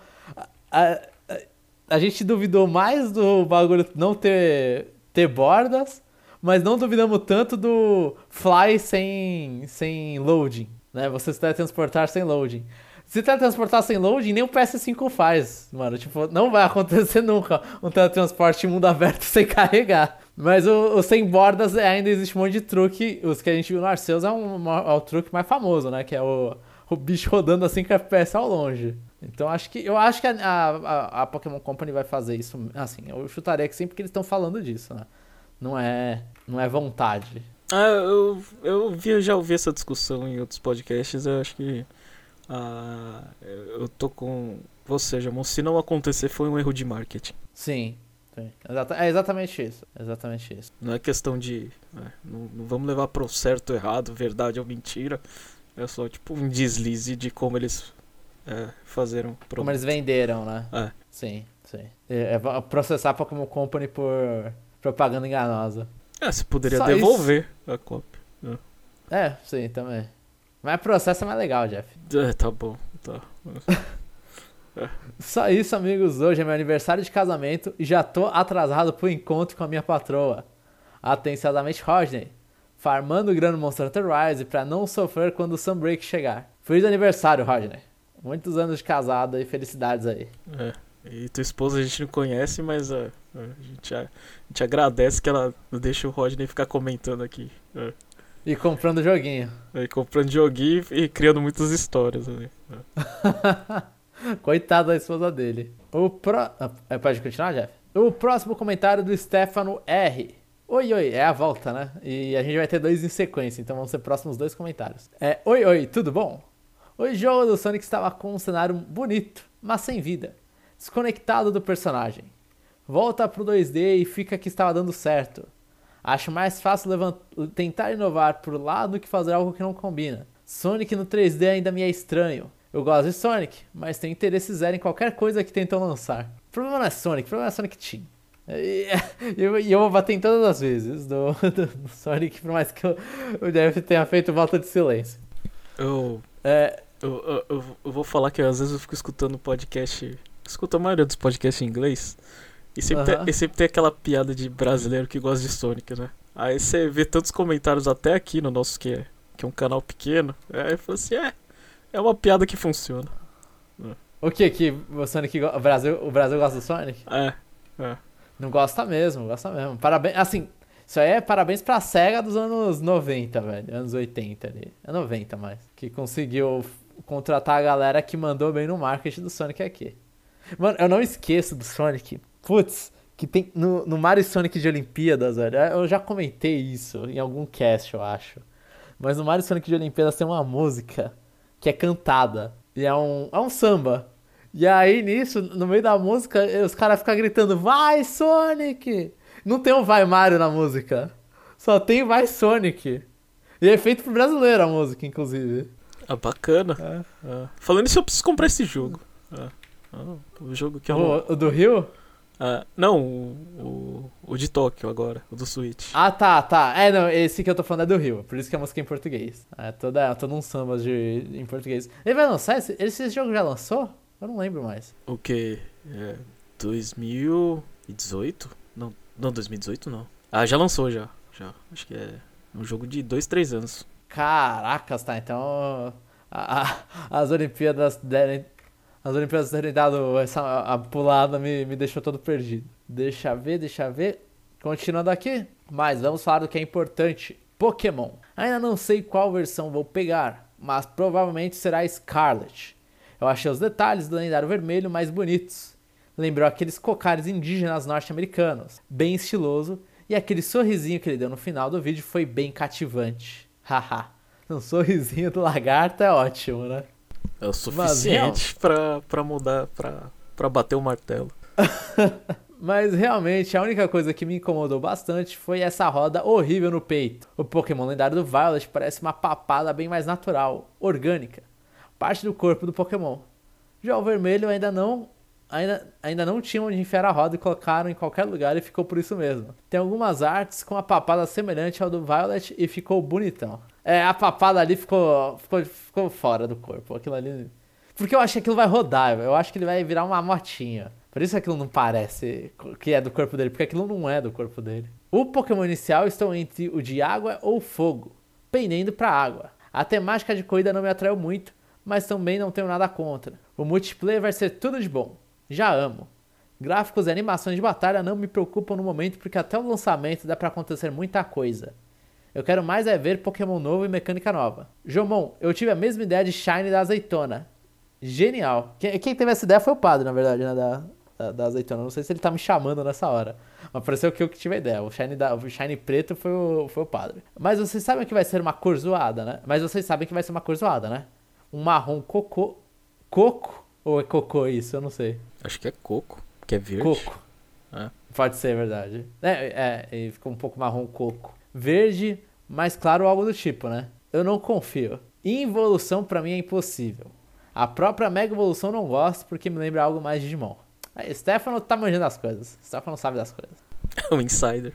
A gente duvidou mais do bagulho não ter bordas, mas não duvidamos tanto do fly sem loading, né? Você se teletransportar sem loading. Se teletransportar sem loading, nem o PS5 faz, mano. Tipo, não vai acontecer nunca um teletransporte em mundo aberto sem carregar. Mas o sem bordas ainda existe um monte de truque. Os que a gente viu no Arceus é o truque mais famoso, né? Que é o bicho rodando a 5 FPS ao longe. Então eu acho que a Pokémon Company vai fazer isso. Assim, eu chutaria que sempre que eles estão falando disso, né? Não é vontade. Eu já ouvi essa discussão em outros podcasts. Eu acho que eu tô com você, Jamon. Se não acontecer, foi um erro de marketing. Sim. É exatamente isso. Não é questão de... não vamos levar pro certo ou errado, verdade ou mentira. É só tipo um deslize de como eles fazeram. Como eles venderam, né? Sim. Processar a Pokémon Company por propaganda enganosa. Você poderia só devolver a cópia. Sim, também. Mas processo é mais legal, Jeff. Tá bom, tá. Só isso, amigos. Hoje é meu aniversário de casamento e já tô atrasado pro encontro com a minha patroa. Atenciosamente, Rodney. Farmando grana no Monster Hunter Rise pra não sofrer quando o Sunbreak chegar. Feliz aniversário, Rodney. Muitos anos de casada e felicidades aí. E tua esposa a gente não conhece, mas a gente agradece que ela deixa o Rodney ficar comentando aqui. E comprando joguinho. E comprando joguinho e criando muitas histórias ali. Coitado da esposa dele. Pode continuar, Jeff? O próximo comentário do Stefano R. Oi, é a volta, né? E a gente vai ter 2 em sequência, então vão ser próximos 2 comentários. Oi, tudo bom? O jogo do Sonic estava com um cenário bonito, mas sem vida. Desconectado do personagem. Volta pro 2D e fica que estava dando certo. Acho mais fácil tentar inovar por lá do que fazer algo que não combina. Sonic no 3D ainda me é estranho. Eu gosto de Sonic, mas tenho interesse zero em qualquer coisa que tentam lançar. O problema não é Sonic, o problema é Sonic Team. E eu vou bater em todas as vezes do Sonic, por mais que o Jeff tenha feito volta de silêncio. Eu vou falar que às vezes eu fico escutando podcast. Escuto a maioria dos podcasts em inglês. E sempre tem aquela piada de brasileiro que gosta de Sonic, né? Aí você vê tantos comentários até aqui no nosso, que é um canal pequeno. Aí fala assim, é uma piada que funciona. O que? Que o Sonic o Brasil gosta do Sonic? Não gosta mesmo. Parabéns, assim, isso aí é parabéns pra SEGA dos anos 90, velho. Anos 80 ali. É 90 mais. Que conseguiu contratar a galera que mandou bem no marketing do Sonic aqui. Mano, eu não esqueço do Sonic. Putz, que tem no Mario Sonic de Olimpíadas, velho. Eu já comentei isso em algum cast, eu acho. Mas no Mario Sonic de Olimpíadas tem uma música que é cantada. E é um samba. E aí, nisso, no meio da música, os caras ficam gritando, vai, Sonic! Não tem um vai Mario na música. Só tem vai, Sonic. E é feito pro brasileiro a música, inclusive. Bacana. Falando isso, eu preciso comprar esse jogo. O jogo que é o do Rio? Não, o de Tóquio agora, o do Switch. Tá. Não, esse que eu tô falando é do Rio, por isso que a música é em português. É todo um samba em português. Ele vai lançar? Esse jogo já lançou? Eu não lembro mais. O que? 2018? Não, 2018 não. Já lançou já. Acho que é Um jogo de 2, 3 anos. Caracas, tá. Então as Olimpíadas terem dado a pulada me deixou todo perdido. Deixa eu ver. Continuando aqui. Mas vamos falar do que é importante. Pokémon. Ainda não sei qual versão vou pegar, mas provavelmente será Scarlet. Eu achei os detalhes do lendário vermelho mais bonitos. Lembrou aqueles cocares indígenas norte-americanos. Bem estiloso. E aquele sorrisinho que ele deu no final do vídeo foi bem cativante. Haha. Um sorrisinho do lagarto é ótimo, né? É o suficiente pra mudar, pra bater o martelo. Mas realmente a única coisa que me incomodou bastante foi essa roda horrível no peito. O Pokémon lendário do Violet parece uma papada bem mais natural, orgânica. Parte do corpo do Pokémon. Já o vermelho ainda não tinha onde enfiar a roda e colocaram em qualquer lugar e ficou por isso mesmo. Tem algumas artes com a papada semelhante ao do Violet e ficou bonitão. A papada ali ficou fora do corpo. Aquilo ali. Porque eu acho que aquilo vai rodar, eu acho que ele vai virar uma motinha. Por isso aquilo não parece que é do corpo dele, porque aquilo não é do corpo dele. O Pokémon inicial estão entre o de água ou fogo, pendendo pra água. A temática de corrida não me atraiu muito, mas também não tenho nada contra. O multiplayer vai ser tudo de bom. Já amo. Gráficos e animações de batalha não me preocupam no momento, porque até o lançamento dá pra acontecer muita coisa. Eu quero mais é ver Pokémon novo e mecânica nova. Jomon, eu tive a mesma ideia de Shine da azeitona. Genial. Quem teve essa ideia foi o padre, na verdade, né, da azeitona. Não sei se ele tá me chamando nessa hora. Mas pareceu que eu que tive a ideia. O Shine preto foi o padre. Mas vocês sabem que vai ser uma cor zoada, né? Um marrom cocô. Coco? Ou é cocô isso? Eu não sei. Acho que é coco, que é verde. Coco. Pode ser, verdade. E ficou um pouco marrom coco. Verde, mais claro, algo do tipo, né? Eu não confio. Involução pra mim é impossível. A própria Mega Evolução não gosto porque me lembra algo mais de Digimon. Stefano tá manjando as coisas. Stefano sabe das coisas. É um insider.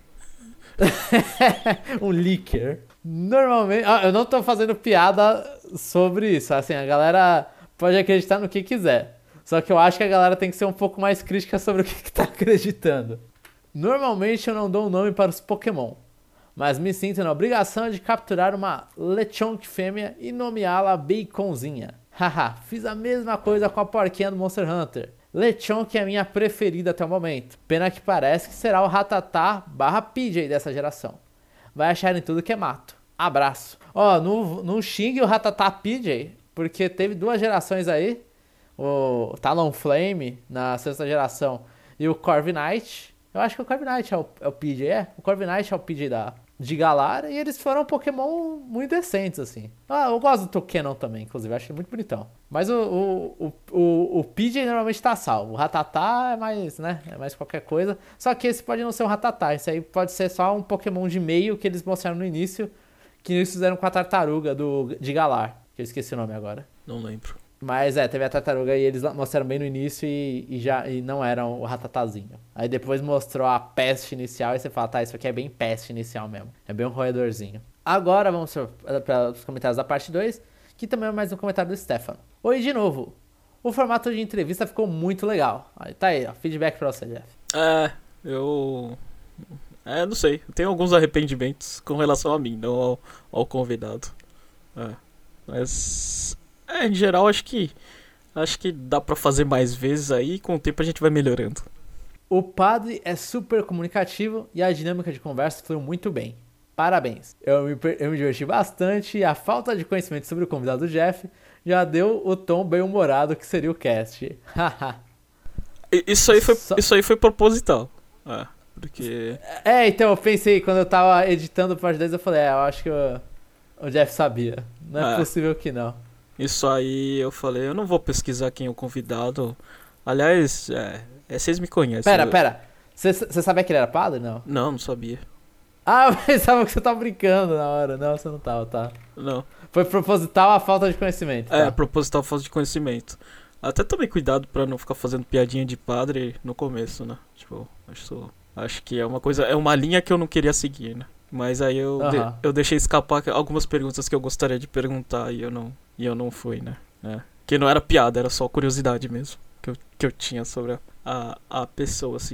Um leaker. Normalmente... eu não tô fazendo piada sobre isso. Assim, a galera pode acreditar no que quiser. Só que eu acho que a galera tem que ser um pouco mais crítica sobre o que tá acreditando. Normalmente eu não dou um nome para os Pokémon, mas me sinto na obrigação de capturar uma Lechonk fêmea e nomeá-la Baconzinha. Haha, fiz a mesma coisa com a porquinha do Monster Hunter. Lechonk é a minha preferida até o momento. Pena que parece que será o Rattata / PJ dessa geração. Vai achar em tudo que é mato. Abraço. Não xingue o Rattata PJ, porque teve 2 gerações aí. O Talonflame na 6ª geração e o Corviknight. Eu acho que o Corviknight é o PJ, O Corviknight é o PJ de Galar, e eles foram Pokémon muito decentes, assim. Eu gosto do Tokenon também, inclusive, acho ele muito bonitão. Mas o PJ normalmente tá salvo. O Rattata é mais, né? É mais qualquer coisa. Só que esse pode não ser um Rattata, esse aí pode ser só um Pokémon de meio que eles mostraram no início, que eles fizeram com a tartaruga de Galar, que eu esqueci o nome agora. Não lembro. Mas teve a tartaruga e eles mostraram bem no início e não eram o Ratatazinho. Aí depois mostrou a peste inicial e você fala, tá, isso aqui é bem peste inicial mesmo. É bem um roedorzinho. Agora vamos para os comentários da parte 2, que também é mais um comentário do Stefano. Oi de novo. O formato de entrevista ficou muito legal. Aí, tá aí, ó, feedback pra você, Jeff. Eu não sei. Eu tenho alguns arrependimentos com relação a mim, não ao convidado. Mas... em geral, acho que dá pra fazer mais vezes aí e com o tempo a gente vai melhorando. O padre é super comunicativo e a dinâmica de conversa flui muito bem. Parabéns. Eu me diverti bastante e a falta de conhecimento sobre o convidado do Jeff já deu o tom bem-humorado que seria o cast. Isso aí foi proposital. Porque... então eu pensei, quando eu tava editando o parte 2, eu falei, eu acho que o Jeff sabia. Não é possível que não. Isso aí eu falei, eu não vou pesquisar quem é o convidado. Aliás, vocês me conhecem. Pera. Você sabia que ele era padre, não? Não sabia. Eu pensava que você tava brincando na hora. Não, você não tava, tá? Não. Foi proposital a falta de conhecimento. Tá? Proposital a falta de conhecimento. Até tomei cuidado pra não ficar fazendo piadinha de padre no começo, né? Tipo, acho que é uma coisa, é uma linha que eu não queria seguir, né? Mas aí eu deixei escapar algumas perguntas que eu gostaria de perguntar e eu não fui, né? Que não era piada, era só curiosidade mesmo que eu tinha sobre a pessoa, assim.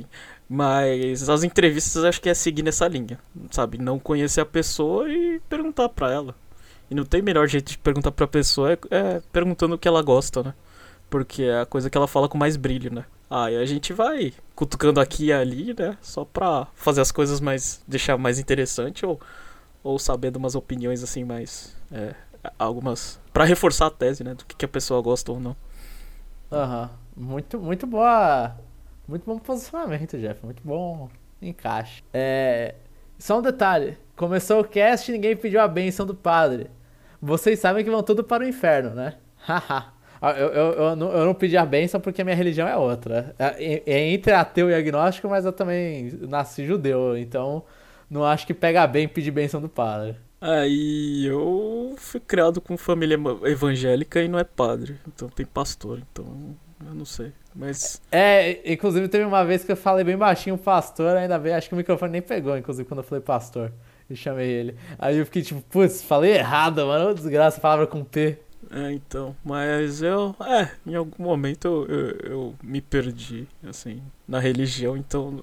Mas as entrevistas acho que é seguir nessa linha, sabe? Não conhecer a pessoa e perguntar pra ela. E não tem melhor jeito de perguntar pra pessoa é perguntando o que ela gosta, né? Porque é a coisa que ela fala com mais brilho, né? E a gente vai cutucando aqui e ali, né? Só pra fazer as coisas mais. Deixar mais interessante ou sabendo umas opiniões assim mais. Algumas. Pra reforçar a tese, né? Do que a pessoa gosta ou não. Aham. Muito, muito boa. Muito bom posicionamento, Jeff. Muito bom encaixe. Só um detalhe. Começou o cast e ninguém pediu a bênção do padre. Vocês sabem que vão tudo para o inferno, né? Haha. Eu não pedi a bênção porque a minha religião é outra. É entre ateu e agnóstico, mas eu também nasci judeu. Então não acho que pega bem pedir bênção do padre. Aí eu fui criado com família evangélica e não é padre. Então tem pastor, então eu não sei. Mas. Inclusive teve uma vez que eu falei bem baixinho pastor, ainda bem, acho que o microfone nem pegou, inclusive, quando eu falei pastor. E chamei ele. Aí eu fiquei tipo, putz, falei errado, mano, desgraça, palavra com P. Então, mas em algum momento eu me perdi, assim, na religião, então.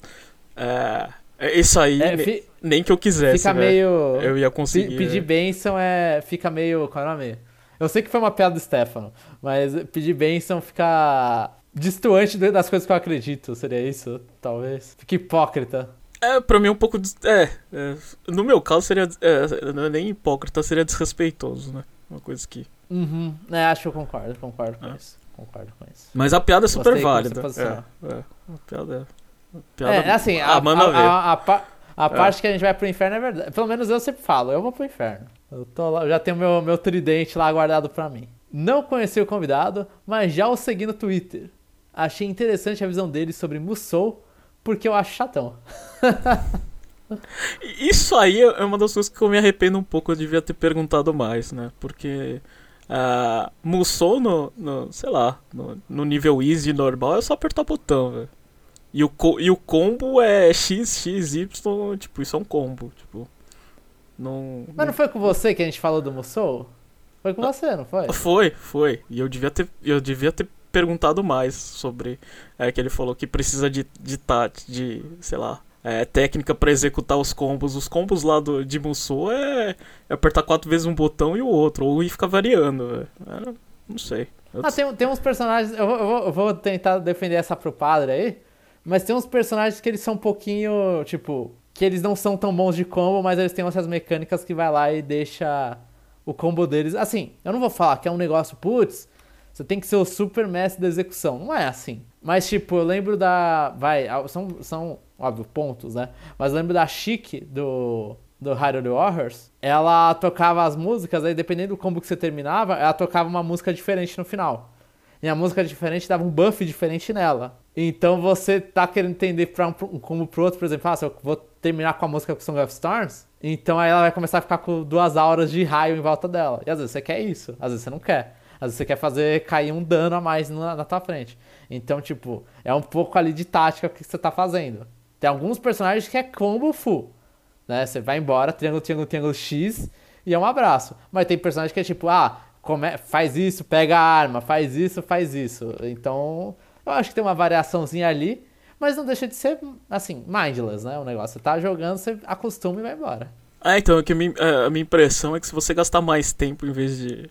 Isso aí, nem que eu quisesse, fica né? Meio. Eu ia conseguir. Pedir bênção fica meio. Qual é o nome? Eu sei que foi uma piada do Stefano, mas pedir bênção fica distoante das coisas que eu acredito, seria isso? Talvez. Fica hipócrita. Pra mim um pouco. No meu caso seria. Não é nem hipócrita, seria desrespeitoso, né? Uma coisa que. Uhum. Acho que eu concordo com isso. Concordo com isso. Mas a piada é super válida. A piada assim, a parte que a gente vai pro inferno é verdade. Pelo menos eu sempre falo, eu vou pro inferno. Eu tô lá, eu já tenho meu tridente lá guardado pra mim. Não conheci o convidado, mas já o segui no Twitter. Achei interessante a visão dele sobre Musou, porque eu acho chatão. Isso aí é uma das coisas que eu me arrependo um pouco, eu devia ter perguntado mais, né? Porque Musou sei lá, no nível easy normal é só apertar o botão, velho. E o combo é X, X, Y, tipo, isso é um combo, tipo. Mas não foi com você que a gente falou do Musou? Foi com você, não foi? Foi. E eu devia ter perguntado mais sobre. Que ele falou que precisa de sei lá, técnica pra executar os combos. Os combos lá de Musou é apertar 4 vezes um botão e o outro, ou ir ficar variando, não sei. Tem uns personagens. Eu vou tentar defender essa pro padre aí. Mas tem uns personagens que eles são um pouquinho, tipo, que eles não são tão bons de combo, mas eles têm essas mecânicas que vai lá e deixa o combo deles. Assim, eu não vou falar que é um negócio, putz, você tem que ser o super mestre da execução. Não é assim. Mas, tipo, eu lembro são óbvio, pontos, né? Mas eu lembro da Chique, do Hyrule Warriors. Ela tocava as músicas, aí dependendo do combo que você terminava, ela tocava uma música diferente no final. E a música diferente dava um buff diferente nela. Então você tá querendo entender pra um como pro outro, por exemplo, se eu vou terminar com a música com Song of Stars, então aí ela vai começar a ficar com 2 auras de raio em volta dela. E às vezes você quer isso, às vezes você não quer. Às vezes você quer fazer cair um dano a mais na tua frente. Então, tipo, é um pouco ali de tática que você tá fazendo. Tem alguns personagens que é combo full, né? Você vai embora, triângulo, triângulo, triângulo X e é um abraço. Mas tem personagem que é tipo, faz isso, pega a arma, faz isso, faz isso. Então, eu acho que tem uma variaçãozinha ali, mas não deixa de ser, assim, mindless, né? O negócio. Você tá jogando, você acostuma e vai embora. Então, a minha impressão é que se você gastar mais tempo em vez de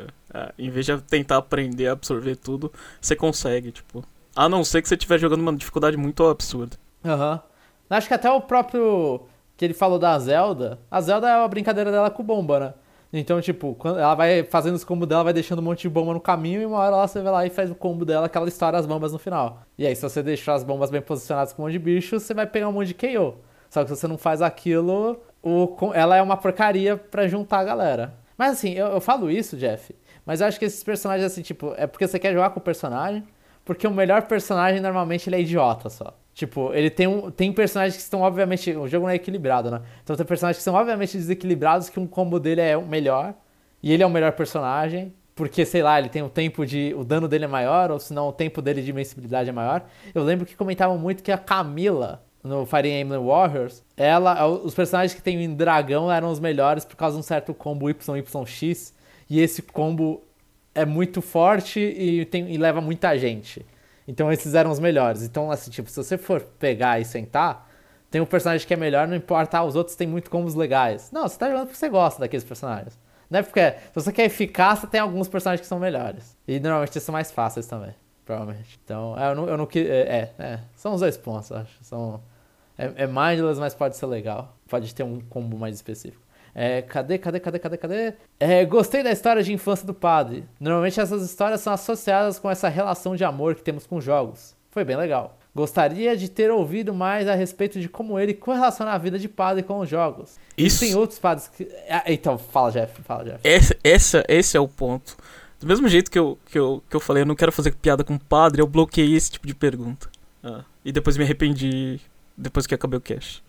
tentar aprender a absorver tudo, você consegue, tipo. A não ser que você estiver jogando uma dificuldade muito absurda. Aham. Acho que até o próprio que ele falou da Zelda, a Zelda é uma brincadeira dela com bomba, né? Então, tipo, quando ela vai fazendo os combos dela, vai deixando um monte de bomba no caminho e uma hora você vai lá e faz o combo dela que ela estoura as bombas no final. E aí, se você deixar as bombas bem posicionadas com um monte de bicho, você vai pegar um monte de KO. Só que se você não faz aquilo, ela é uma porcaria pra juntar a galera. Mas assim, eu falo isso, Jeff, mas eu acho que esses personagens, assim, tipo, é porque você quer jogar com o personagem, porque o melhor personagem, normalmente, ele é idiota só. Tipo, ele tem personagens que estão, obviamente... O jogo não é equilibrado, né? Então tem personagens que são, obviamente, desequilibrados, que um combo dele é o melhor. E ele é o melhor personagem. Porque, sei lá, ele tem o dano dele é maior, ou senão o tempo dele de invencibilidade é maior. Eu lembro que comentavam muito que a Camila, no Fire Emblem Warriors, os personagens que tem em dragão eram os melhores por causa de um certo combo YYX. E esse combo é muito forte e leva muita gente. Então esses eram os melhores. Então, assim, tipo, se você for pegar e sentar, tem um personagem que é melhor, não importa, os outros têm muito combos legais. Não, você tá jogando porque você gosta daqueles personagens. Não é porque, se você quer eficácia, tem alguns personagens que são melhores. E normalmente eles são mais fáceis também, provavelmente. Então, eu não queria. São os dois pontos, eu acho. É mindless, mas pode ser legal. Pode ter um combo mais específico. Cadê? Gostei da história de infância do padre. Normalmente essas histórias são associadas com essa relação de amor que temos com jogos. Foi bem legal. Gostaria de ter ouvido mais a respeito de como ele correlaciona a vida de padre com os jogos. Isso. E tem outros padres que... Então, fala, Jeff. Esse é o ponto. Do mesmo jeito que eu falei, eu não quero fazer piada com padre, eu bloqueei esse tipo de pergunta. E depois me arrependi depois que acabei o cast.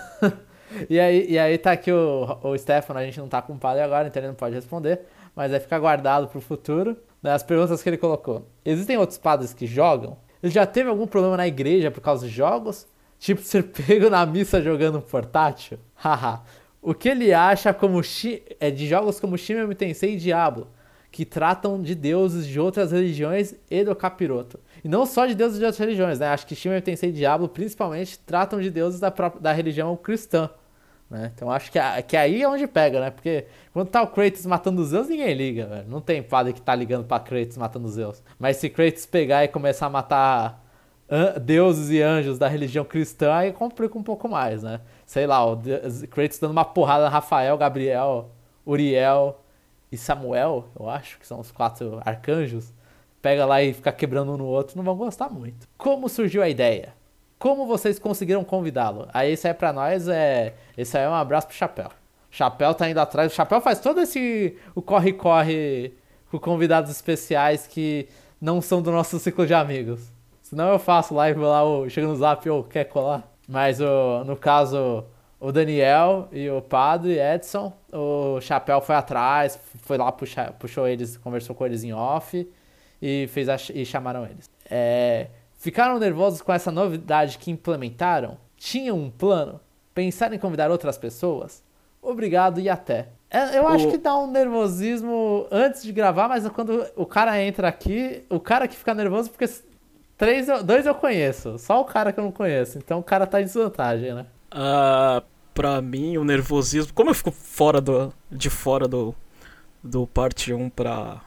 E aí tá aqui o Stefano, a gente não tá com o padre agora, então ele não pode responder, mas vai ficar guardado pro futuro, né, as perguntas que ele colocou. Existem outros padres que jogam? Ele já teve algum problema na igreja por causa dos jogos? Tipo, ser pego na missa jogando um portátil? Haha. O que ele acha de jogos como Shin Megami Tensei e Diablo, que tratam de deuses de outras religiões e do capiroto? E não só de deuses de outras religiões, né? Acho que Shin Megami Tensei e Diablo, principalmente, tratam de deuses da religião cristã, né? Então acho que aí é onde pega, né? Porque quando tá o Kratos matando os Zeus, ninguém liga, velho. Não tem padre que tá ligando pra Kratos matando os Zeus. Mas se Kratos pegar e começar a matar deuses e anjos da religião cristã, aí complica um pouco mais, né? Sei lá, o Kratos dando uma porrada na Rafael, Gabriel, Uriel e Samuel, eu acho, que são os 4 arcanjos. Pega lá e fica quebrando um no outro, não vão gostar muito. Como surgiu a ideia? Como vocês conseguiram convidá-lo? Aí isso aí pra nós esse aí é um abraço pro Chapéu. Chapéu tá indo atrás. O Chapéu faz todo o corre-corre com convidados especiais que não são do nosso ciclo de amigos. Senão eu faço live lá, chega no zap ou quer colar. Mas no caso, o Daniel e o padre Edson, o Chapéu foi atrás, foi lá, puxou eles, conversou com eles em off e chamaram eles. Ficaram nervosos com essa novidade que implementaram? Tinham um plano? Pensaram em convidar outras pessoas? Obrigado e até. Eu acho que dá um nervosismo antes de gravar, mas quando o cara entra aqui, o cara que fica nervoso, porque 2 eu conheço, só o cara que eu não conheço, então o cara tá em desvantagem, né? Pra mim, o nervosismo, como eu fico de fora do parte 1 pra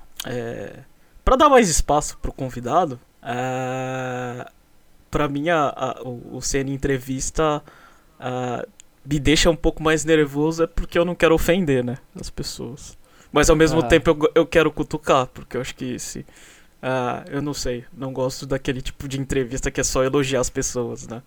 dar mais espaço pro convidado, pra mim o CN Entrevista me deixa um pouco mais nervoso, é porque eu não quero ofender, né, as pessoas. Mas ao mesmo tempo eu quero cutucar, porque eu acho que eu não sei, não gosto daquele tipo de entrevista que é só elogiar as pessoas, né.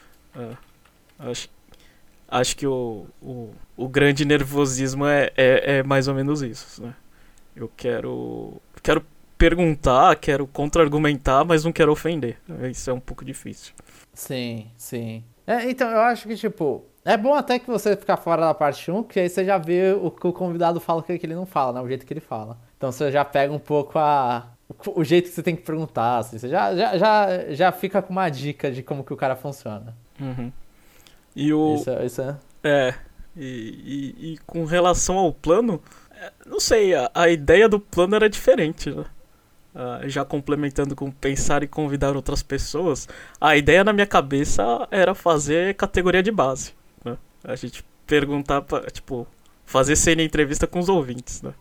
Acho que o grande nervosismo é mais ou menos isso, né. Eu quero perguntar, quero contra-argumentar, mas não quero ofender. Isso é um pouco difícil. Sim. Então, eu acho que, tipo, é bom até que você ficar fora da parte 1, porque aí você já vê o que o convidado fala, o que ele não fala, né? O jeito que ele fala. Então você já pega um pouco o jeito que você tem que perguntar, assim. Você já fica com uma dica de como que o cara funciona. Uhum. Isso é... E com relação ao plano, não sei, a ideia do plano era diferente, né? Já complementando com pensar e convidar outras pessoas, a ideia na minha cabeça era fazer categoria de base, né? A gente perguntar, tipo, fazer cena entrevista com os ouvintes, né?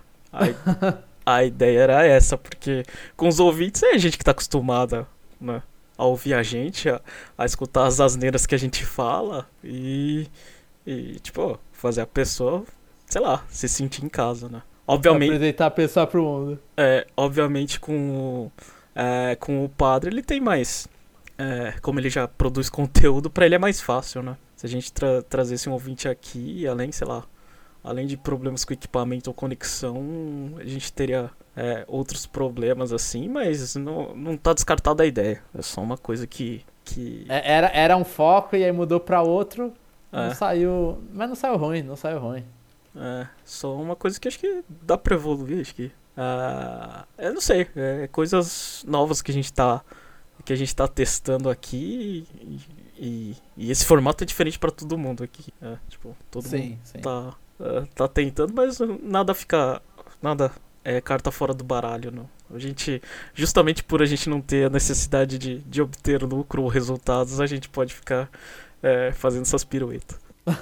A ideia era essa, porque com os ouvintes é a gente que tá acostumada, né, a ouvir a gente, a escutar as asneiras que a gente fala e tipo, fazer a pessoa, sei lá, se sentir em casa, né? Obviamente, apresentar a pessoa pro mundo. Obviamente com o padre ele tem mais. Como ele já produz conteúdo, pra ele é mais fácil, né? Se a gente trazesse um ouvinte aqui, além de problemas com equipamento ou conexão, a gente teria outros problemas assim, mas não tá descartada a ideia. É só uma coisa que... Era um foco e aí mudou pra outro, não saiu... Mas não saiu ruim. Só uma coisa que acho que dá pra evoluir, acho que... eu não sei, coisas novas que a gente tá testando aqui e esse formato é diferente pra todo mundo aqui. Tipo, todo mundo tá tentando, mas nada é carta fora do baralho, não. A gente, justamente por a gente não ter a necessidade de obter lucro ou resultados, a gente pode ficar fazendo essas piruetas.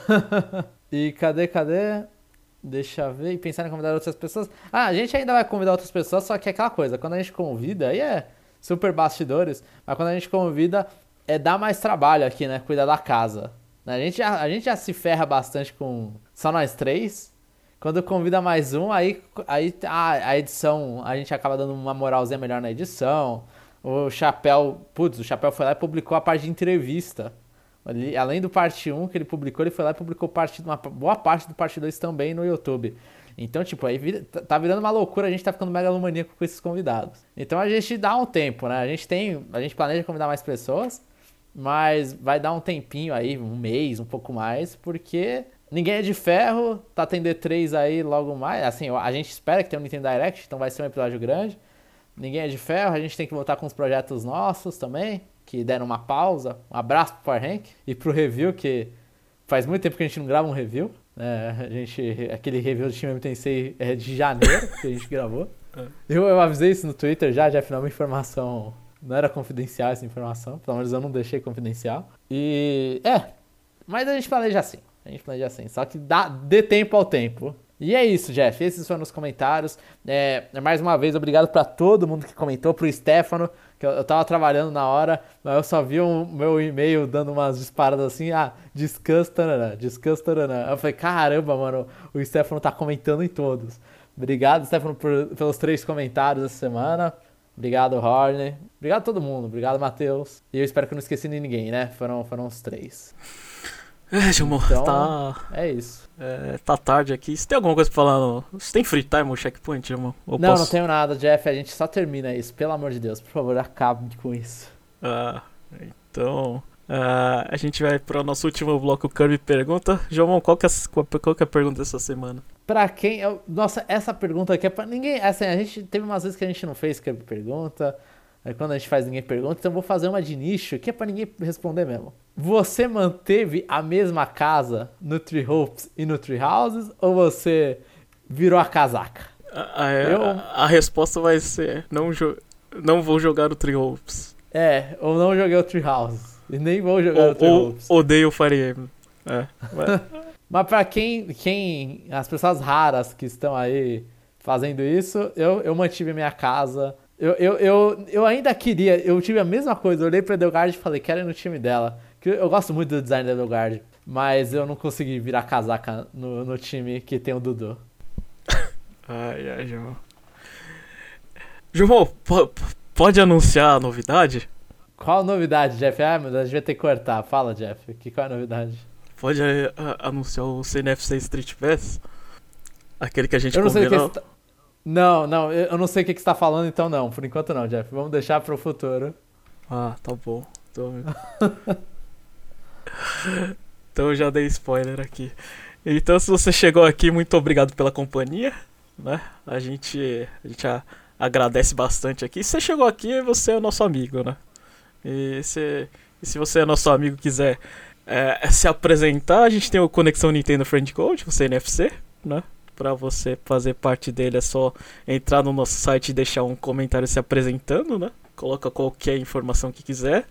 E cadê? Deixa eu ver e pensar em convidar outras pessoas. Ah, a gente ainda vai convidar outras pessoas, só que é aquela coisa, quando a gente convida, aí é super bastidores, mas quando a gente convida, dá mais trabalho aqui, né? Cuidar da casa. A gente já se ferra bastante com só nós três. Quando convida mais um, aí a edição, a gente acaba dando uma moralzinha melhor na edição. O Chapéu foi lá e publicou a parte de entrevista. Além do parte 1 que ele publicou, ele foi lá e publicou uma boa parte do parte 2 também no YouTube. Então, tipo, aí tá virando uma loucura, a gente tá ficando megalomaníaco com esses convidados. Então a gente dá um tempo, né? A gente planeja convidar mais pessoas, mas vai dar um tempinho aí, um mês, um pouco mais, porque ninguém é de ferro, tá tendo E3 aí logo mais. Assim, a gente espera que tenha um Nintendo Direct, então vai ser um episódio grande. Ninguém é de ferro, a gente tem que voltar com os projetos nossos também, que deram uma pausa. Um abraço pro Power Rank e pro review, que faz muito tempo que a gente não grava um review. Aquele review do Shin Megami Tensei é de janeiro que a gente gravou. Eu avisei isso no Twitter já afinal uma informação. Não era confidencial essa informação, pelo menos eu não deixei confidencial. Mas a gente planeja assim. Só que dê tempo ao tempo. E é isso, Jeff. Esses foram os comentários. Mais uma vez, obrigado pra todo mundo que comentou. Pro Stefano, que eu tava trabalhando na hora, mas eu só vi o meu e-mail dando umas disparadas assim. Discuss, taranã. Eu falei, caramba, mano, o Stefano tá comentando em todos. Obrigado, Stefano, pelos 3 comentários essa semana. Obrigado, Horner. Obrigado a todo mundo. Obrigado, Matheus. E eu espero que eu não esqueci de ninguém, né? Foram os 3. Gilmon, então, é isso. Tá tarde aqui. Você tem alguma coisa pra falar? Você tem free time no checkpoint, Gilmon? Não tenho nada, Jeff. A gente só termina isso. Pelo amor de Deus, por favor, acabe com isso. Então, a gente vai pro nosso último bloco, Kirby Pergunta. Gilmon, qual que é a pergunta dessa semana? Pra quem... Nossa, essa pergunta aqui é pra ninguém... Assim, a gente teve umas vezes que a gente não fez Kirby Pergunta. Aí quando a gente faz ninguém pergunta, então eu vou fazer uma de nicho que é pra ninguém responder mesmo. Você manteve a mesma casa no Three Hopes e no Three Houses ou você virou a casaca? A resposta vai ser não vou jogar o Three Hopes. Ou não joguei o Three Houses e nem vou jogar o Three Hopes. Odeio o Fire Emblem. Mas pra quem as pessoas raras que estão aí fazendo isso, eu mantive minha casa. Eu ainda queria, eu tive a mesma coisa, eu olhei pra Edelgard e falei, quero ir no time dela. Eu gosto muito do design da Edelgard, mas eu não consegui virar casaca no time que tem o Dudu. Ai, João. João, pode anunciar a novidade? Qual a novidade, Jeff? Meu Deus, a gente vai ter que cortar. Fala, Jeff, qual é a novidade? Pode anunciar o CNFC Street Pass? Aquele que a gente combinou? Não, eu não sei o que você tá falando, então não. Por enquanto não, Jeff. Vamos deixar pro futuro. Tá bom. Então eu já dei spoiler aqui. Então, se você chegou aqui, muito obrigado pela companhia, né? A gente agradece bastante aqui. Se você chegou aqui, você é nosso amigo, né? E se você é nosso amigo e quiser se apresentar, a gente tem o Conexão Nintendo Friend Code, o CNFC, né? Pra você fazer parte dele é só entrar no nosso site e deixar um comentário se apresentando, né? Coloca qualquer informação que quiser.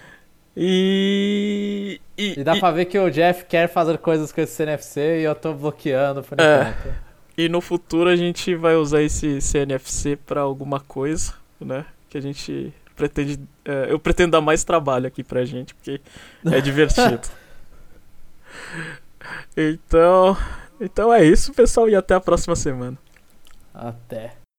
E dá pra ver que o Jeff quer fazer coisas com esse CNFC e eu tô bloqueando por enquanto. E no futuro a gente vai usar esse CNFC pra alguma coisa, né? Que a gente pretende... eu pretendo dar mais trabalho aqui pra gente, porque é divertido. Então é isso, pessoal, e até a próxima semana. Até.